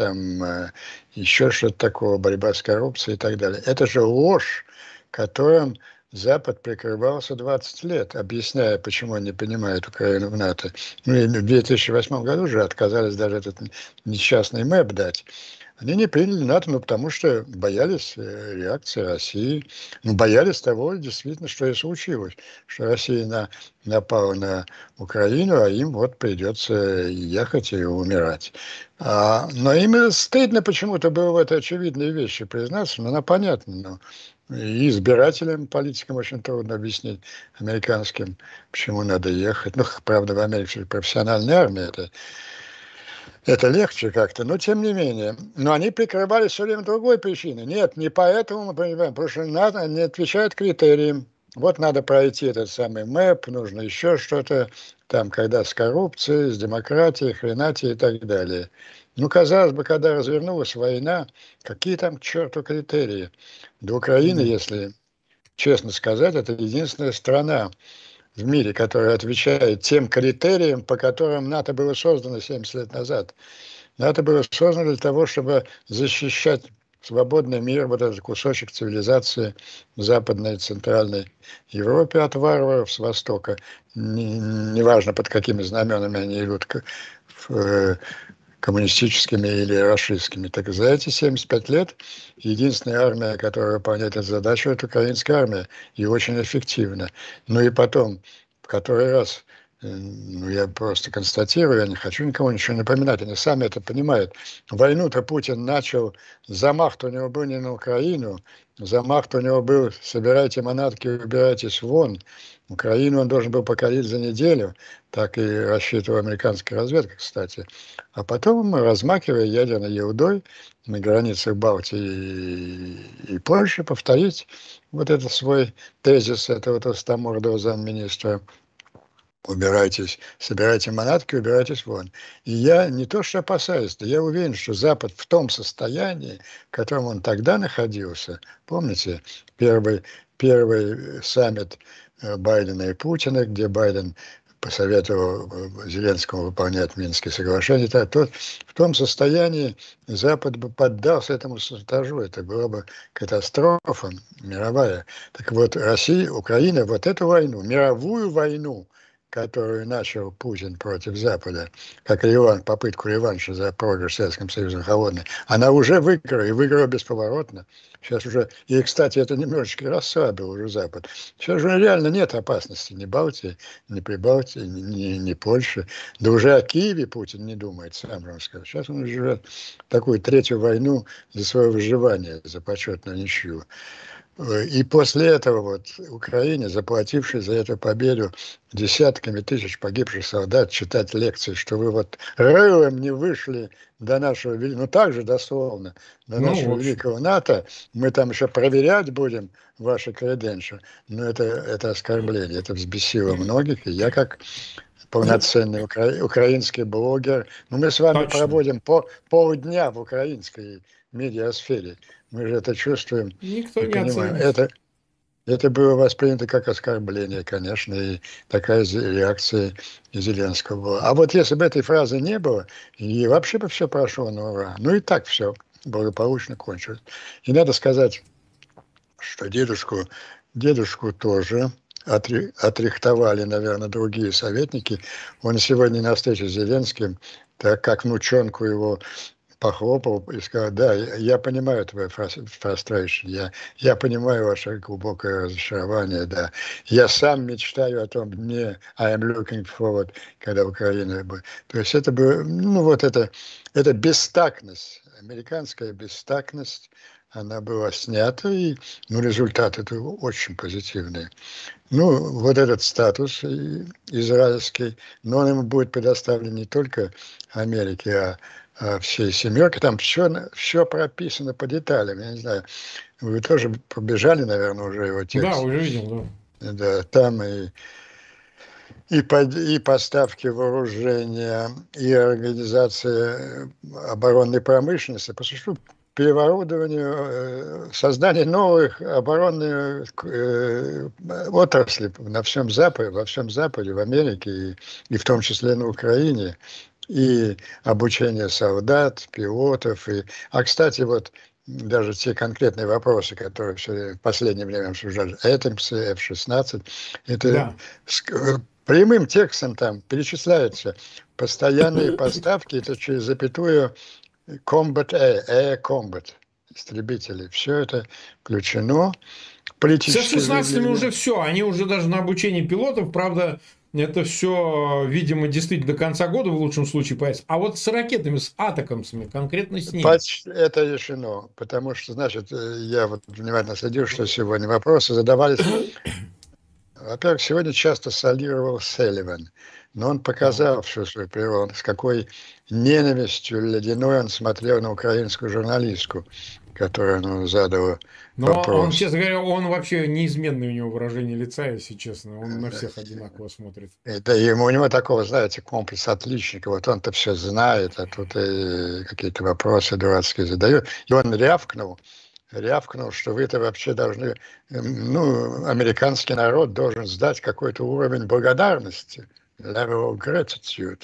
еще что-то такого, борьба с коррупцией и так далее. Это же ложь, которым Запад прикрывался 20 лет, объясняя, почему он не принимает Украину в НАТО. И в 2008 году же отказались даже этот несчастный МЭП дать. Они не приняли НАТО, ну, потому что боялись реакции России, ну, боялись того, действительно, что и случилось, что Россия напала на Украину, а им вот придется ехать и умирать. Но им стыдно почему-то было в этой очевидной вещи признаться, но она понятна. Но и избирателям, политикам очень трудно объяснить американским, почему надо ехать. Ну, правда, в Америке профессиональная армия, это легче как-то, но тем не менее. Но они прикрывались все время другой причиной. Нет, не поэтому мы понимаем, потому что НАТО не отвечает критериям. Вот надо пройти этот самый МЭП, нужно еще что-то, там, когда с коррупцией, с демократией, хренатией и так далее. Ну, казалось бы, когда развернулась война, какие там к черту критерии? До Украины, Да. если честно сказать, это единственная страна в мире, которая отвечает тем критериям, по которым НАТО было создано 70 лет назад. НАТО было создано для того, чтобы защищать свободный мир, вот этот кусочек цивилизации в Западной и Центральной Европе от варваров с Востока. Неважно, под какими знаменами они идут, коммунистическими или рашистскими. Так за эти 75 лет единственная армия, которая выполняет эту задачу, это украинская армия. И очень эффективно. Ну и потом, в который раз, ну я просто констатирую, я не хочу никому ничего напоминать, они сами это понимают. Войну-то Путин начал, замах-то у него был не на Украину, замах-то у него был «собирайте манатки, убирайтесь вон». Украину он должен был покорить за неделю, так и рассчитывала американская разведка, кстати. А потом, размахивая ядерной еудой на границах Балтии и Польши, повторить вот этот свой тезис этого толстомордого замминистра: убирайтесь, собирайте манатки, убирайтесь вон. И я не то что опасаюсь, да я уверен, что Запад в том состоянии, в котором он тогда находился, помните, первый саммит Байдена и Путина, где Байден посоветовал Зеленскому выполнять Минские соглашения, то в том состоянии Запад бы поддался этому шантажу. Это была бы катастрофа мировая. Так вот, Россия, Украина, вот эту войну, мировую войну, которую начал Путин против Запада, как попытку реванша за проигрыш Советским Союзом холодной, она уже выиграла, и выиграла бесповоротно. Сейчас уже, и, кстати, это немножечко расслабило уже Запад. Сейчас уже реально нет опасности ни Балтии, ни Прибалтии, ни Польши. Да уже о Киеве Путин не думает, сам вам скажу. Сейчас он живет такую третью войну за свое выживание, за почетную ничью. И после этого вот Украине, заплатившей за эту победу десятками тысяч погибших солдат, читать лекции, что вы вот рылом не вышли до нашего, ну так же дословно, до нашего великого НАТО, мы там еще проверять будем ваши credentials. Но это оскорбление, это взбесило многих, и я как полноценный украинский блогер, ну мы с вами проводим полдня в украинской медиасфере. Мы же это чувствуем. Никто не понимаем. оценит. Это было воспринято как оскорбление, конечно, и такая реакция Зеленского была. А вот если бы этой фразы не было, и вообще бы все прошло на ура, ну и так все благополучно кончилось. И надо сказать, что дедушку тоже отрихтовали, наверное, другие советники. Он сегодня на встрече с Зеленским, так как внучонку его похлопал и сказал: да, я понимаю твою frustration, я понимаю ваше глубокое разочарование, да. Я сам мечтаю о том дне, I am looking forward, когда Украина будет. То есть это было, ну вот это бестактность, американская бестактность, она была снята, и ну, результат это очень позитивный. Ну, вот этот статус израильский, но он ему будет предоставлен не только Америке, а всей семерки. Там все прописано по деталям. Я не знаю, вы тоже побежали, наверное, уже его текст. Да, уже видел, да. Да, там и поставки вооружения, и организация оборонной промышленности, потому что переоборудованию, создание новых оборонных отраслей во всем Западе, в Америке, и в том числе на Украине, и обучение солдат, пилотов. А, кстати, вот даже те конкретные вопросы, которые в последнее время обсуждали, Атомсы, F-16, это прямым текстом там перечисляются постоянные поставки, это через запятую Combat Air Combat, истребители. Все это включено. С Политические F-16 уже заявления. все. Они уже даже на обучении пилотов, правда, это все, видимо, действительно до конца года в лучшем случае появится. А вот с ракетами, с атакамсами, конкретно с ними. Это решено, потому что, значит, я вот внимательно следил, что сегодня вопросы задавались. Во-первых, сегодня часто солировал Селливан, но он показал всю свою природу, с какой ненавистью ледяной он смотрел на украинскую журналистку, которая задала Но вопрос. он, честно говоря, он вообще неизменное у него выражение лица, если честно. Он на всех одинаково смотрит. Это у него такого, знаете, комплекс отличника. Вот он-то все знает, а тут какие-то вопросы дурацкие задают. И он рявкнул, что вы-то вообще должны, американский народ должен сдать какой-то уровень благодарности, level of gratitude.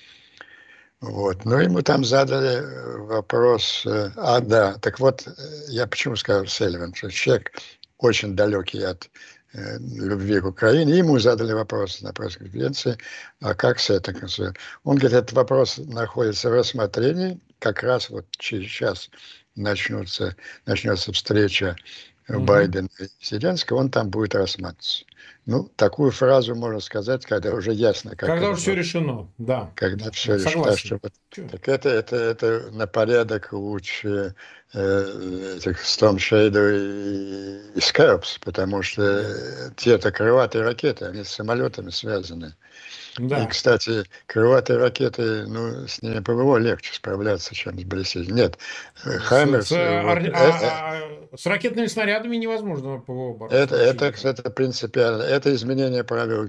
Вот. Ну, ему там задали вопрос, да, так вот, я почему сказал Селливан, что человек очень далекий от любви к Украине, ему задали вопрос на пресс-конференции, а как с этим? Он говорит, этот вопрос находится в рассмотрении, как раз вот через час начнется встреча Байдена и Зеленского, он там будет рассматриваться. Ну, такую фразу можно сказать, когда уже ясно, как когда уже все решено, да. Когда да, все решено. Так это на порядок лучше этих Storm Shadow и Scalps, потому что те-то крылатые ракеты, они с самолетами связаны. Да. И, кстати, крылатые ракеты, с ними ПВО легче справляться, чем с баллистическими. Нет, Хаймерс... С ракетными снарядами невозможно ПВО бороться. Это принципиально. Это изменение правил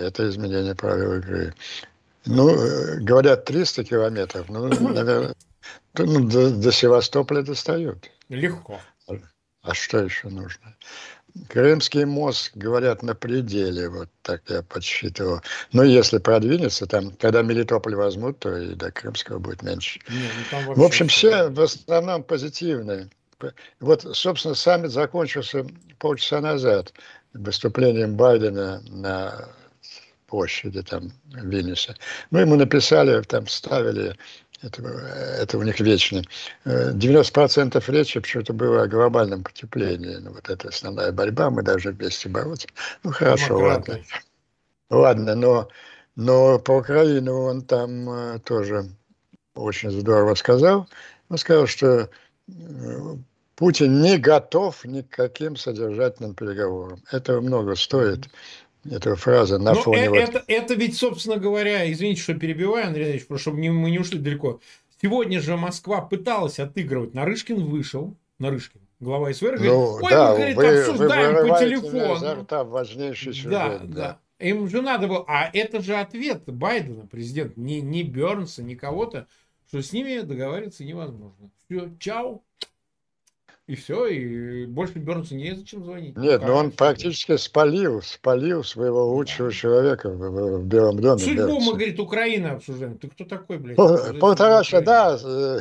игры. Говорят, 300 километров, наверное, до Севастополя достают. Легко. А что еще нужно? Крымский мост, говорят, на пределе, вот так я подсчитывал. Но если продвинется, там, когда Мелитополь возьмут, то и до Крымского будет меньше. В общем, все в основном позитивные. Вот, собственно, саммит закончился полчаса назад выступлением Байдена на площади там в Вильнюсе. Ему написали, там ставили, это у них вечно, 90% речи почему-то было о глобальном потеплении. Вот это основная борьба, мы должны вместе бороться. Хорошо, ладно, но по Украине он там тоже очень здорово сказал. Он сказал, что Путин не готов ни к каким содержательным переговорам. Этого много стоит. Эта фраза на фоне... Это ведь, собственно говоря, извините, что перебиваю, Андрей Андреевич, чтобы мы не ушли далеко. Сегодня же Москва пыталась отыгрывать. Нарышкин вышел. Нарышкин, глава СВР, говорит, мы, говорит, обсуждаем по телефону. Важнейший сюжет. Да. Им же надо было... А это же ответ Байдена, президент, не Бернса, не кого-то, что с ними договариваться невозможно. Все, чао. И все, и больше Бернсу незачем звонить. Нет, он практически спалил своего лучшего человека в Белом доме. Судьбу мы, говорит, Украина обсуждаем. Ты кто такой, блядь? Полторашка, да.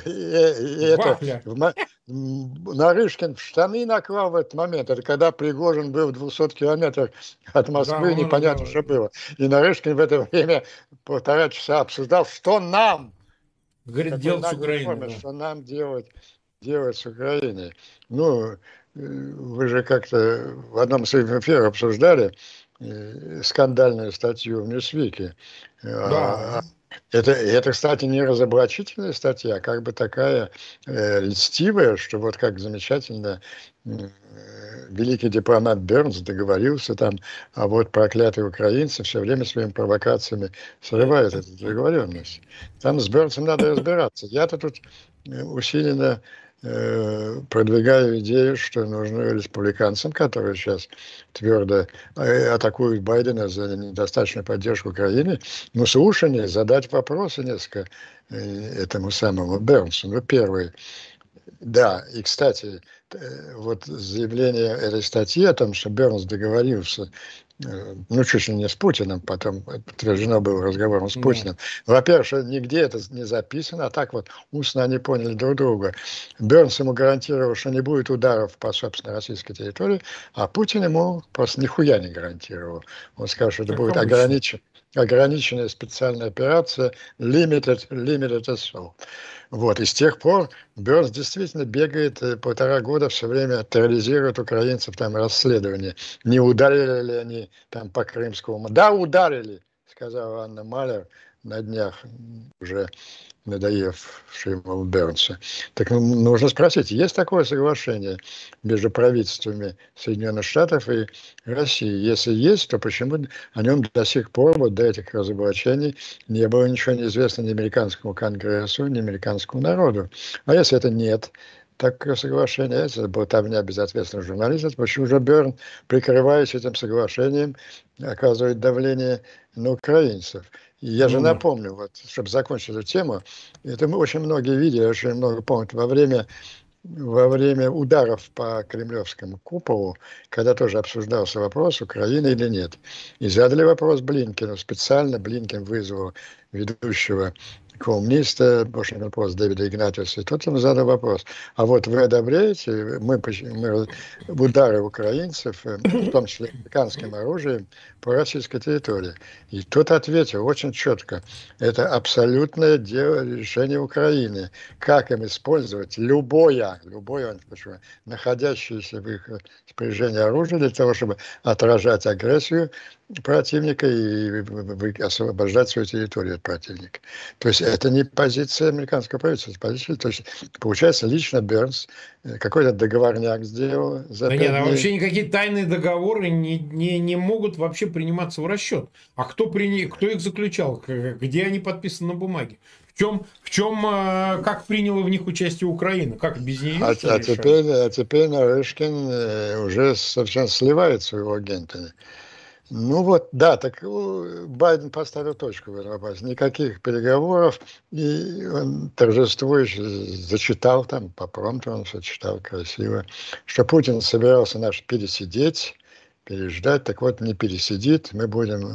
Нарышкин в штаны наклал в этот момент. Это когда Пригожин был в 200 километрах от Москвы, непонятно, что было. И Нарышкин в это время 1,5 часа обсуждал, что нам, говорит, делать с Украиной. Что нам делать с Украиной. Вы же как-то в одном из своих эфиров обсуждали скандальную статью в Ньюсвике. Да. Это, кстати, не разоблачительная статья, а как бы такая льстивая, что вот как замечательно великий дипломат Бернс договорился там, а вот проклятые украинцы все время своими провокациями срывают эту договоренность. Там с Бернсом надо разбираться. Я-то тут усиленно продвигаю идею, что нужно республиканцам, которые сейчас твердо атакуют Байдена за недостаточную поддержку Украины, слушание, задать вопросы несколько этому самому Бернсу. Первый. Да, и, кстати, вот заявление этой статьи о том, что Бернс договорился, чуть ли не с Путиным, потом подтверждено было разговором с Путиным. Во-первых, что нигде это не записано, а так вот устно они поняли друг друга. Бернс ему гарантировал, что не будет ударов по, собственно, российской территории, а Путин ему просто нихуя не гарантировал. Он сказал, что это будет ограничено. ограниченная специальная операция Limited Assault. Вот, и с тех пор Бернс действительно бегает 1,5 года, все время терроризирует украинцев, там расследование. Не ударили ли они там по Крымскому мосту? Да, ударили, сказала Анна Малер на днях, уже надоевшему Бернсу. Так нужно спросить, есть такое соглашение между правительствами Соединенных Штатов и России? Если есть, то почему о нем до сих пор, вот до этих разоблачений, не было ничего неизвестно ни американскому Конгрессу, ни американскому народу? А если это нет такое соглашение, это болтовня безответственных журналистов, почему же Берн, прикрываясь этим соглашением, оказывает давление на украинцев? И я же напомню, вот, чтобы закончить эту тему, это мы очень многие видели, очень много помнят, во время ударов по Кремлевскому куполу, когда тоже обсуждался вопрос, Украина или нет. И задали вопрос Блинкену, специально Блинкен вызвал ведущего коммуниста, больше вопрос Дэвида Игнатьевса, и тот ему задал вопрос, а вот вы одобряете мы удары украинцев, в том числе американским оружием, по российской территории? И тот ответил очень четко, это абсолютное дело, решение Украины, как им использовать любое находящееся в их распоряжении оружие для того, чтобы отражать агрессию противника и освобождать свою территорию от противника. То есть это не позиция американского правительства, это позиция, то есть получается лично Бернс какой-то договорняк сделал. Да нет, а вообще никакие тайные договоры не могут вообще приниматься в расчет. А кто их заключал? Где они подписаны на бумаге? В чем как приняла в них участие Украина? Как без нее? Теперь Нарышкин уже совершенно сливает своего агента. Ну вот, да, так Байден поставил точку в этом вопросе. Никаких переговоров, и он торжествующе зачитал там, по промпту он все читал красиво, что Путин собирался наш переждать, так вот не пересидит, мы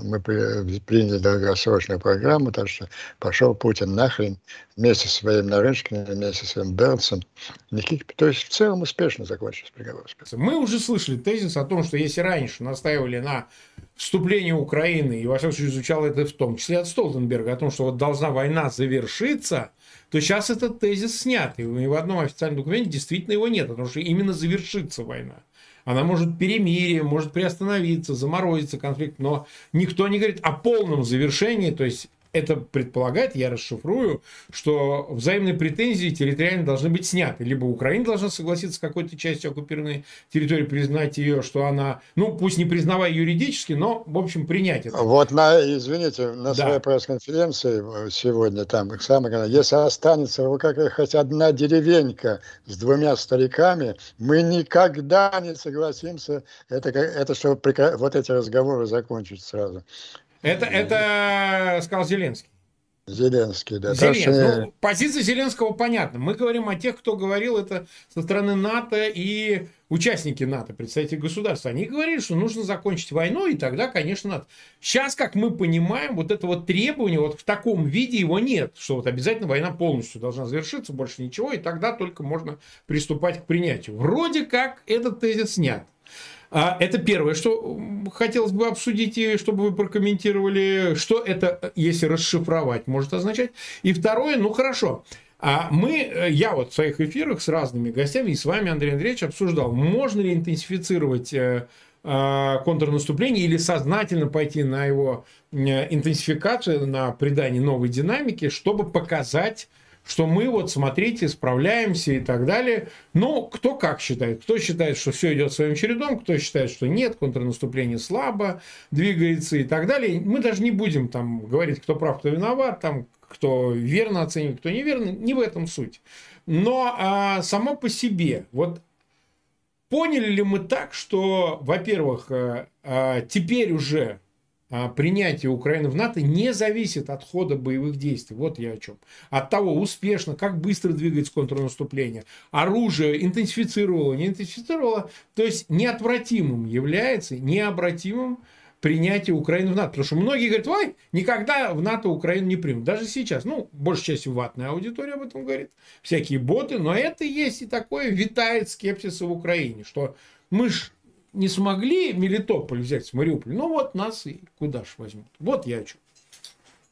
приняли долгосрочную программу, так что пошел Путин нахрен вместе со своим Нарышкиным, вместе со своим Бернсом. То есть в целом успешно закончился переговоры. Мы уже слышали тезис о том, что если раньше настаивали на вступлении Украины, и во всяком случае звучало это в том числе от Столтенберга, о том, что вот должна война завершиться, то сейчас этот тезис снят. И в одном официальном документе действительно его нет, потому что именно завершится война. Она может перемирие, может приостановиться, заморозиться конфликт, но никто не говорит о полном завершении, то есть это предполагает, я расшифрую, что взаимные претензии территориально должны быть сняты. Либо Украина должна согласиться с какой-то частью оккупированной территории, признать ее, что она, пусть не признавая юридически, но, в общем, принять это. Вот, на своей пресс-конференции сегодня, если останется в руках хоть одна деревенька с 2 стариками, мы никогда не согласимся, это чтобы вот эти разговоры закончить сразу. Это сказал Зеленский. Зеленский, да. Позиция Зеленского понятна. Мы говорим о тех, кто говорил это со стороны НАТО и участники НАТО, представители государства. Они говорили, что нужно закончить войну, и тогда, конечно, НАТО. Сейчас, как мы понимаем, вот это вот требование, вот в таком виде его нет, что вот обязательно война полностью должна завершиться, больше ничего, и тогда только можно приступать к принятию. Вроде как этот тезис снят. Это первое, что хотелось бы обсудить, и чтобы вы прокомментировали, что это, если расшифровать, может означать. И второе, хорошо. Я вот в своих эфирах с разными гостями, и с вами, Андрей Андреевич, обсуждал, можно ли интенсифицировать контрнаступление или сознательно пойти на его интенсификацию, на придание новой динамики, чтобы показать, что мы вот, смотрите, справляемся и так далее. Кто как считает. Кто считает, что все идет своим чередом, кто считает, что нет, контрнаступление слабо двигается и так далее. Мы даже не будем там говорить, кто прав, кто виноват, кто верно оценивает, кто неверно. Не в этом суть. Но само по себе, вот поняли ли мы так, что, во-первых, теперь уже принятие Украины в НАТО не зависит от хода боевых действий. Вот я о чем. От того, успешно, как быстро двигается контрнаступление, оружие интенсифицировало, не интенсифицировало. То есть неотвратимым является, необратимым принятие Украины в НАТО. Потому что многие говорят, никогда в НАТО Украину не примут. Даже сейчас. Большей частью ватная аудитория об этом говорит. Всякие боты. Но это есть и такое витает скепсис в Украине. Что мы ж не смогли Мелитополь взять с Мариуполя, нас и куда ж возьмут. Вот я о чем.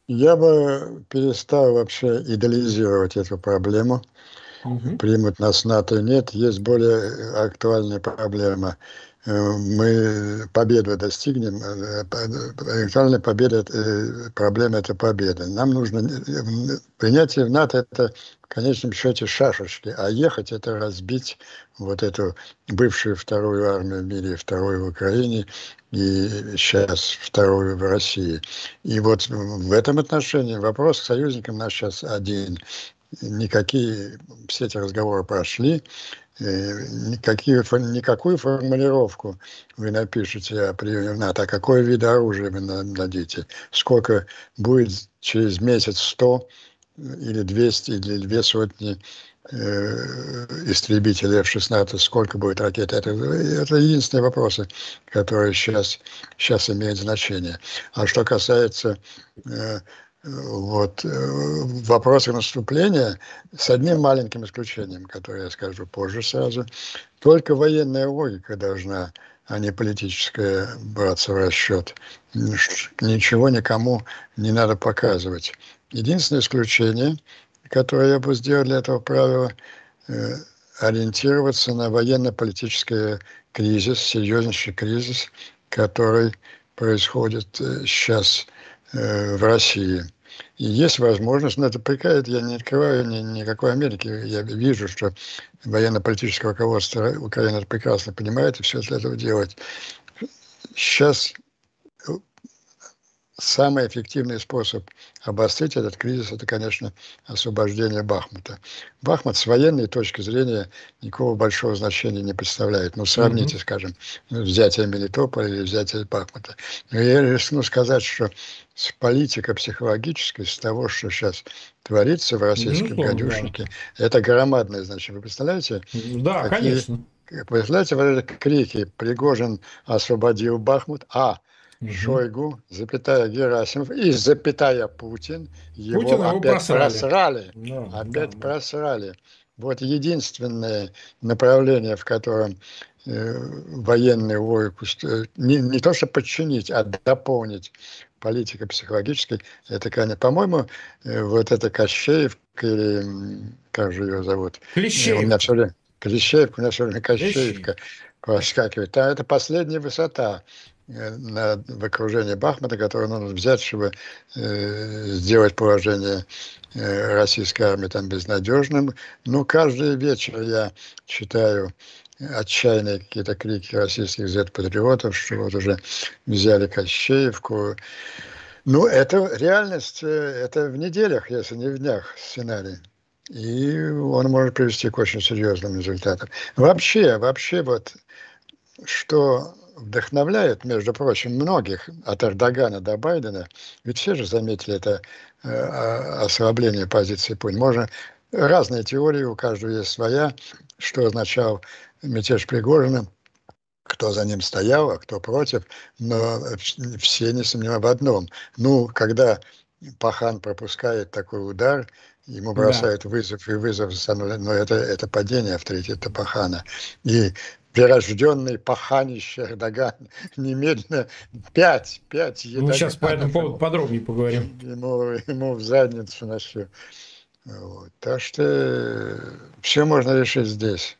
Я бы перестал вообще идеализировать эту проблему. Примут нас НАТО или нет, есть более актуальная проблема. Мы победу достигнем, актуальная победа, проблема – это победа. Нам нужно принятие в НАТО – это в конечном счете шашечки, а ехать – это разбить вот эту бывшую вторую армию в мире, вторую в Украине и сейчас вторую в России. И вот в этом отношении вопрос к союзникам наш сейчас один. Никакие, все эти разговоры прошли, никакую формулировку вы напишете о приеме в НАТО, а какое вид оружия вы дадите, сколько будет через месяц 100 или 200 или 2 сотни истребителей F-16, сколько будет ракет. Это единственные вопросы, которые сейчас имеют значение. А что касается вопросы наступления, с одним маленьким исключением, которое я скажу позже сразу, только военная логика должна, а не политическая, браться в расчет. Ничего никому не надо показывать. Единственное исключение, которое я бы сделал для этого правила, ориентироваться на военно-политический кризис, серьезнейший кризис, который происходит сейчас в России. И есть возможность, но это прикрывает, я не открываю никакой Америки, я вижу, что военно-политическое руководство Украины это прекрасно понимает и все для этого делает. Сейчас самый эффективный способ обострить этот кризис – это, конечно, освобождение Бахмута. Бахмут с военной точки зрения никакого большого значения не представляет. Ну, сравните, скажем, взятие Мелитополя или взятие Бахмута. Но я рискну сказать, что с политико-психологической, с того, что сейчас творится в российском гадюшнике, это громадное значение. Вы представляете? Да, конечно. Представляете, вот эти крики «Пригожин освободил Бахмут», Шойгу, запятая Герасимов и запятая Путин его опять просрали. Просрали. Вот единственное направление, в котором военную логику не то что подчинить, а дополнить политико-психологической, это, конечно, по-моему, вот это Кощеев, или как же ее зовут? Клещеев. У меня все время Кощеевка проскакивает. А это последняя высота в окружении Бахмута, которую нужно взять, чтобы сделать положение российской армии там безнадежным. Ну, каждый вечер я читаю отчаянные какие-то крики российских Z-патриотов, что вот уже взяли Кощеевку. Ну, это реальность, это в неделях, если не в днях сценарий. И он может привести к очень серьезным результатам. Вообще вот, что вдохновляет, между прочим, многих от Эрдогана до Байдена, ведь все же заметили это ослабление позиции Путина. Можно разные теории, у каждого есть своя, что означал мятеж Пригожина, кто за ним стоял, а кто против, но все не сомневаются в одном. Ну, когда Пахан пропускает такой удар, ему бросают вызов, и вызов, но это падение авторитета Пахана. И прирожденный паханище Эрдоган немедленно 5 едоков. Мы сейчас по этому поводу подробнее поговорим. Ему в задницу на все. Вот. Так что все можно решить здесь.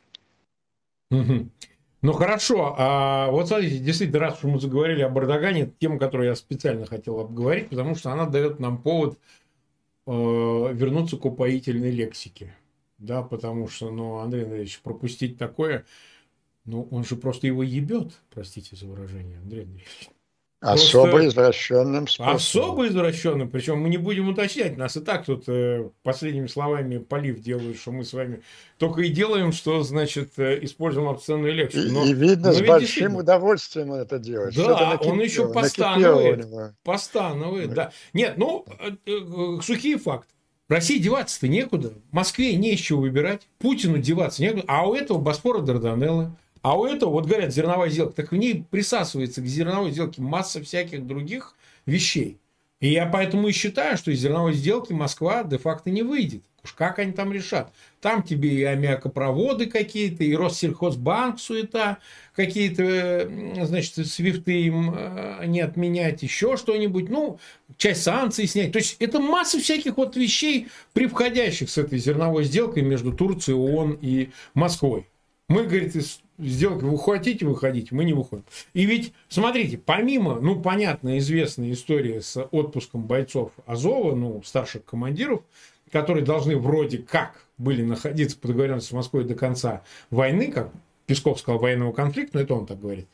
Ну хорошо, вот смотрите, действительно, раз уж мы заговорили об Эрдогане, это тема, которую я специально хотел обговорить, потому что она дает нам повод вернуться к упоительной лексике. Да, потому что, Андрей Андреевич, пропустить такое, он же просто его ебет, простите за выражение, Андрей Андреевич. Особо извращенным способом. Особо извращенным, причем мы не будем уточнять, нас и так тут последними словами полив делают, что мы с вами только и делаем, что, значит, используем обсценную лексику. И видно, с большим удовольствием он это делает. Да, он еще постанывает. Да. Нет, сухие факты. России деваться-то некуда, Москве не из чего выбирать, Путину деваться некуда, а у этого Босфора Дарданеллы. А у этого, вот говорят, зерновая сделка, так в ней присасывается к зерновой сделке масса всяких других вещей. И я поэтому и считаю, что из зерновой сделки Москва де-факто не выйдет. Уж как они там решат? Там тебе и аммиакопроводы какие-то, и Россельхозбанк суета, какие-то, значит, свифты им не отменять, еще что-нибудь, ну, часть санкций снять. То есть это масса всяких вот вещей, превходящих с этой зерновой сделкой между Турцией, ООН и Москвой. Мы, говорит, из сделки вы хотите выходить, мы не выходим. И ведь, смотрите, помимо, ну, понятно, известной истории с отпуском бойцов Азова, ну, старших командиров, которые должны вроде как были находиться по договоренности с Москвой до конца войны, как Песков сказал, военного конфликта, но это он так говорит.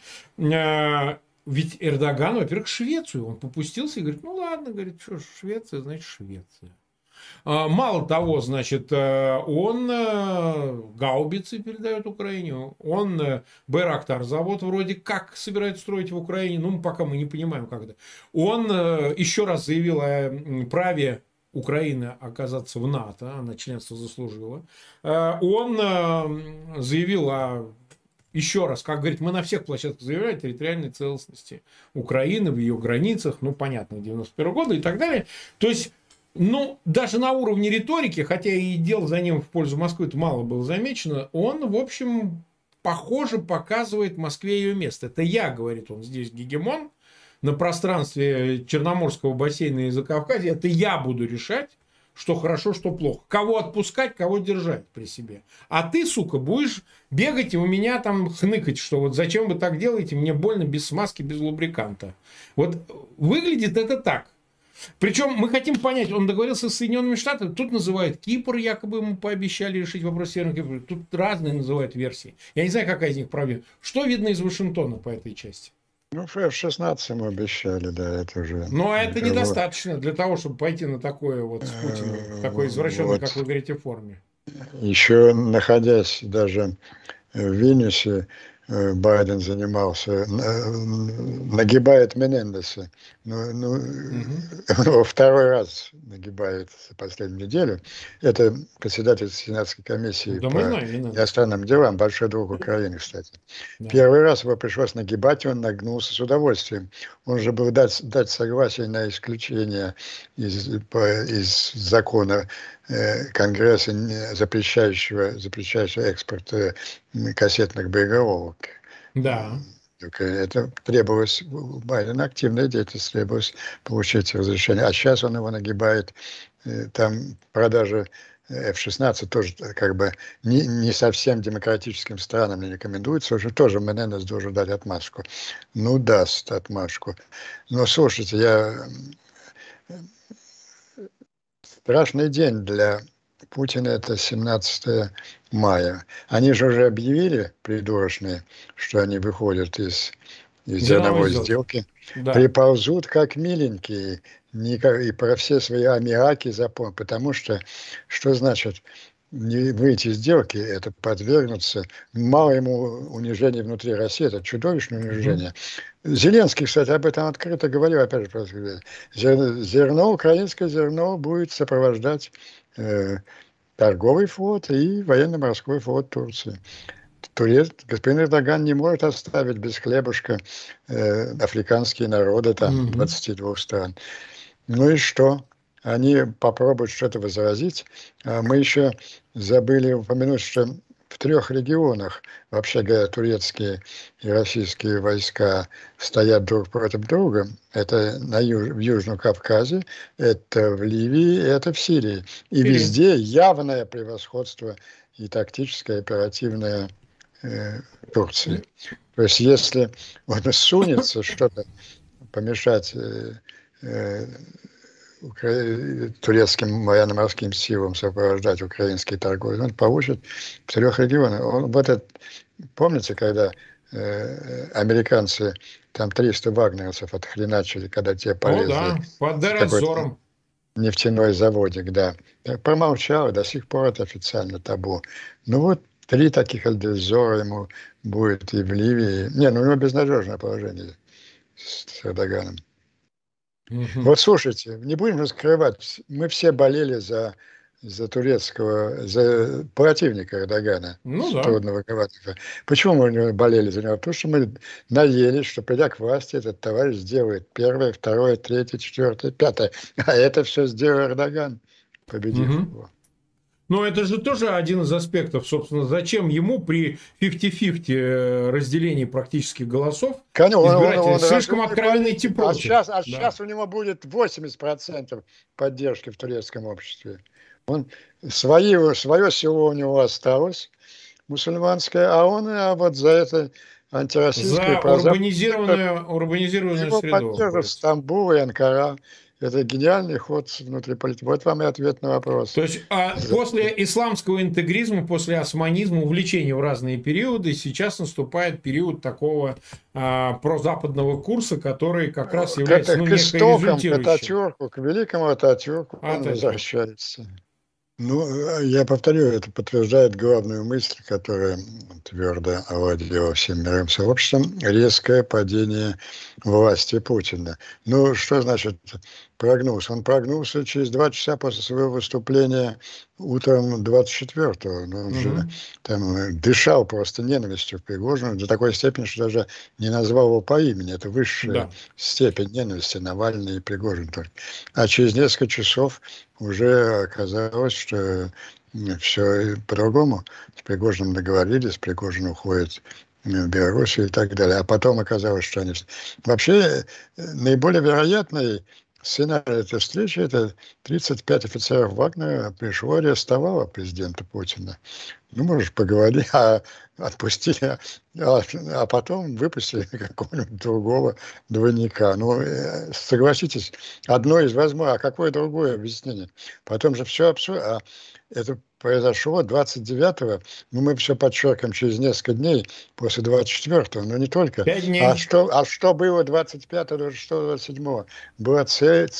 Ведь Эрдоган, во-первых, Швецию, он попустился и говорит, ну ладно, говорит, что ж, Швеция, значит Швеция. Мало того, значит, он гаубицы передает Украине, он Байрактар завод вроде как собирается строить в Украине, ну, пока мы не понимаем, когда. Он еще раз заявил о праве Украины оказаться в НАТО, она членство заслужила. Он заявил еще раз, как говорит, мы на всех площадках заявляем о территориальной целостности Украины в ее границах, ну, понятно, 91 года и так далее. То есть, ну, даже на уровне риторики, хотя и дел за ним в пользу Москвы это мало было замечено, он, в общем, похоже показывает Москве ее место. Это я, говорит он, здесь гегемон на пространстве Черноморского бассейна и Закавказья. Это я буду решать, что хорошо, что плохо. Кого отпускать, кого держать при себе. А ты, сука, будешь бегать и у меня там хныкать, что вот зачем вы так делаете, мне больно без смазки, без лубриканта. Вот выглядит это так. Причем мы хотим понять, он договорился с Соединенными Штатами, тут называют Кипр, якобы ему пообещали решить вопрос Северного Кипра. Тут разные называют версии. Я не знаю, какая из них правда. Что видно из Вашингтона по этой части? Ну, F-16 ему обещали, да, это уже... Но это недостаточно для того, чтобы пойти на такое вот с Путиным, в такой извращенной, вот, как вы говорите, форме. Еще находясь даже в Вильнюсе, Байден занимался, нагибает Менендеса. Во второй раз нагибает за последнюю неделю. Это председатель Сенатской комиссии по иностранным делам, большой друг Украины, кстати. Да. Первый раз его пришлось нагибать, и он нагнулся с удовольствием. Он же был дать согласие на исключение из закона Конгресса, запрещающего экспорт кассетных боеголовок. Да. Это требовалось, у Байдена активная деятельность, требовалось получить разрешение. А сейчас он его нагибает, там продажа F-16 тоже как бы не совсем демократическим странам не рекомендуется, уже тоже Менендес должен дать отмашку. Ну, даст отмашку. Но слушайте, страшный день для Путина, это 17 мая. Они же уже объявили, придурочные, что они выходят из зерновой сделки. Да. Приползут как миленькие, и про все свои аммиаки запомнят. Потому что значит не выйти из сделки, это подвергнуться малому унижению внутри России, это чудовищное унижение. Зеленский, кстати, об этом открыто говорил, опять же, зерно, украинское зерно будет сопровождать торговый флот и военно-морской флот Турции. Господин Эрдоган не может оставить без хлебушка африканские народы, там, 22 стран. Ну и что? Они попробуют что-то возразить. Мы еще забыли упомянуть, что в 3 регионах, вообще говоря, турецкие и российские войска стоят друг против друга. Это в Южном Кавказе, это в Ливии, это в Сирии. И везде явное превосходство и тактическое, и оперативное Турции. То есть если он сунется что-то помешать турецким военно-морским силам сопровождать украинские торговли, он получит в 3 регионах. Помните, когда американцы там 300 вагнеровцев отхреначили, когда те полезли под Деразором. Нефтяной заводик, да. Промолчал, до сих пор это официально табу. Ну вот 3 таких Альдезора ему будет и в Ливии. У него безнадежное положение с Эрдоганом. Вот слушайте, не будем скрывать, мы все болели за противника Эрдогана, трудного говорника. Почему мы болели за него? Потому что мы надеялись, что, придя к власти, этот товарищ сделает 1, 2, 3, 4, 5. А это все сделал Эрдоган, победив его. Но это же тоже один из аспектов, собственно, зачем ему при 50-50 разделении практически голосов избирателей слишком откровенно идти против. Сейчас у него будет 80% поддержки в турецком обществе. Свое село у него осталось, мусульманское, а вот за это антироссийское... За урбанизированную среду. Поддерживают Стамбул и Анкара. Это гениальный ход внутриполитики. Вот вам и ответ на вопрос. То есть после исламского интегризма, после османизма, увлечения в разные периоды, сейчас наступает период такого прозападного курса, который как раз является к истокам, к Ататюрку, к великому Ататюрку он возвращается. Я повторю, это подтверждает главную мысль, которая твердо овладела всем мировым сообществом: резкое падение власти Путина. Что значит прогнулся? Он прогнулся через 2 часа после своего выступления утром 24-го. Он же там дышал просто ненавистью к Пригожину до такой степени, что даже не назвал его по имени. Это высшая степень ненависти Навальный и Пригожин. А через несколько часов уже оказалось, что все по-другому. С Пригожиным договорились, Пригожин уходит в Белоруссию и так далее. А потом оказалось, что они... Вообще, наиболее вероятный сценарий этой встречи — это 35 офицеров Вагнера пришло, арестовало президента Путина. Можешь поговорить, отпустили, а потом выпустили какого-нибудь другого двойника. Согласитесь, одно из возможных, а какое другое объяснение? Потом же все абсурдно. Это произошло 29-го, мы все подчеркиваем, через несколько дней после 24-го, но не только. 5 дней. А что было 25-го, 26-го, 27-го? Была целая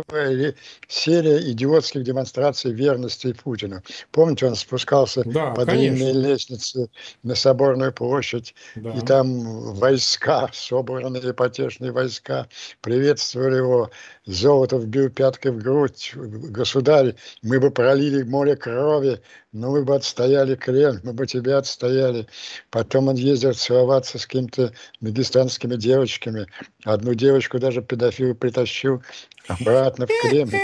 серия идиотских демонстраций верности Путину. Помните, он спускался по длинной лестнице на Соборную площадь, и там войска, собранные потешные войска, приветствовали его. Золотов бил пяткой в грудь: государь, мы бы пролили море крови, но мы бы отстояли Кремль, мы бы тебя отстояли. Потом он ездил целоваться с какими-то дагестанскими девочками. Одну девочку даже педофил притащил обратно в Кремль.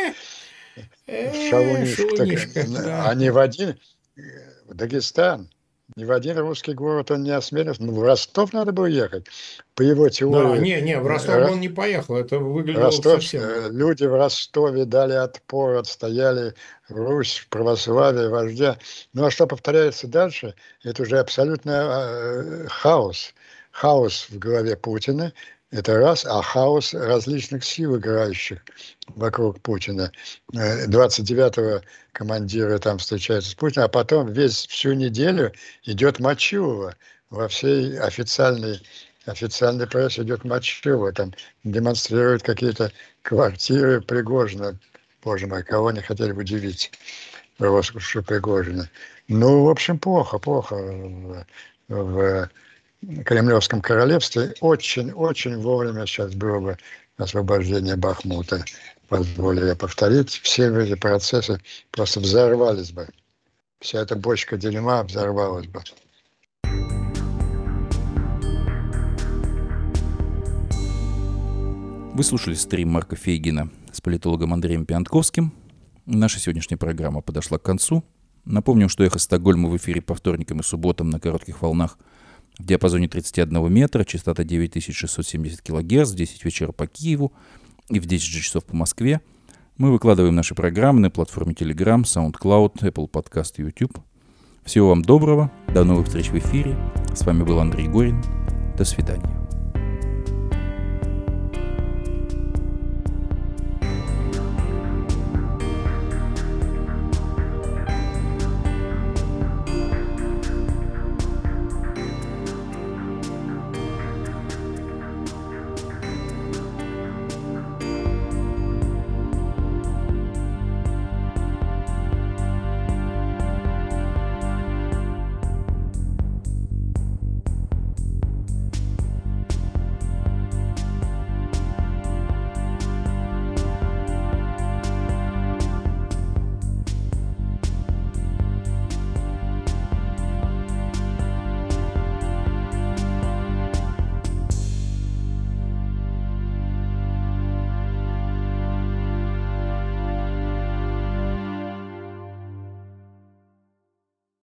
Шалунишка. А не в один... В Дагестан. Ни в один русский город он не осмелился. В Ростов надо было ехать. По его теории... в Ростов он не поехал. Это выглядело совсем... Люди в Ростове дали отпор, отстояли Русь, православие, вождя. А что повторяется дальше? Это уже абсолютно хаос. Хаос в голове Путина. Это раз, а хаос различных сил, играющих вокруг Путина. 29-го командиры там встречаются с Путиным, а потом всю неделю идет Мочилова. Во всей официальной прессе идет Мочилова. Там демонстрируют какие-то квартиры Пригожина. Боже мой, кого они хотели удивить роскошью Пригожина. В общем, плохо в Кремлевском королевстве. Очень вовремя сейчас было бы освобождение Бахмута. Позволю я повторить, все эти процессы просто взорвались бы. Вся эта бочка дерьма взорвалась бы. Вы слушали стрим Марка Фейгина с политологом Андреем Пиантковским. Наша сегодняшняя программа подошла к концу. Напомним, что «Эхо Стокгольма» в эфире по вторникам и субботам на коротких волнах в диапазоне 31 метра, частота 9670 кГц, в 10 вечера по Киеву и в 10 часов по Москве. Мы выкладываем наши программы на платформе Telegram, SoundCloud, Apple Podcast и YouTube. Всего вам доброго, до новых встреч в эфире. С вами был Андрей Горин. До свидания.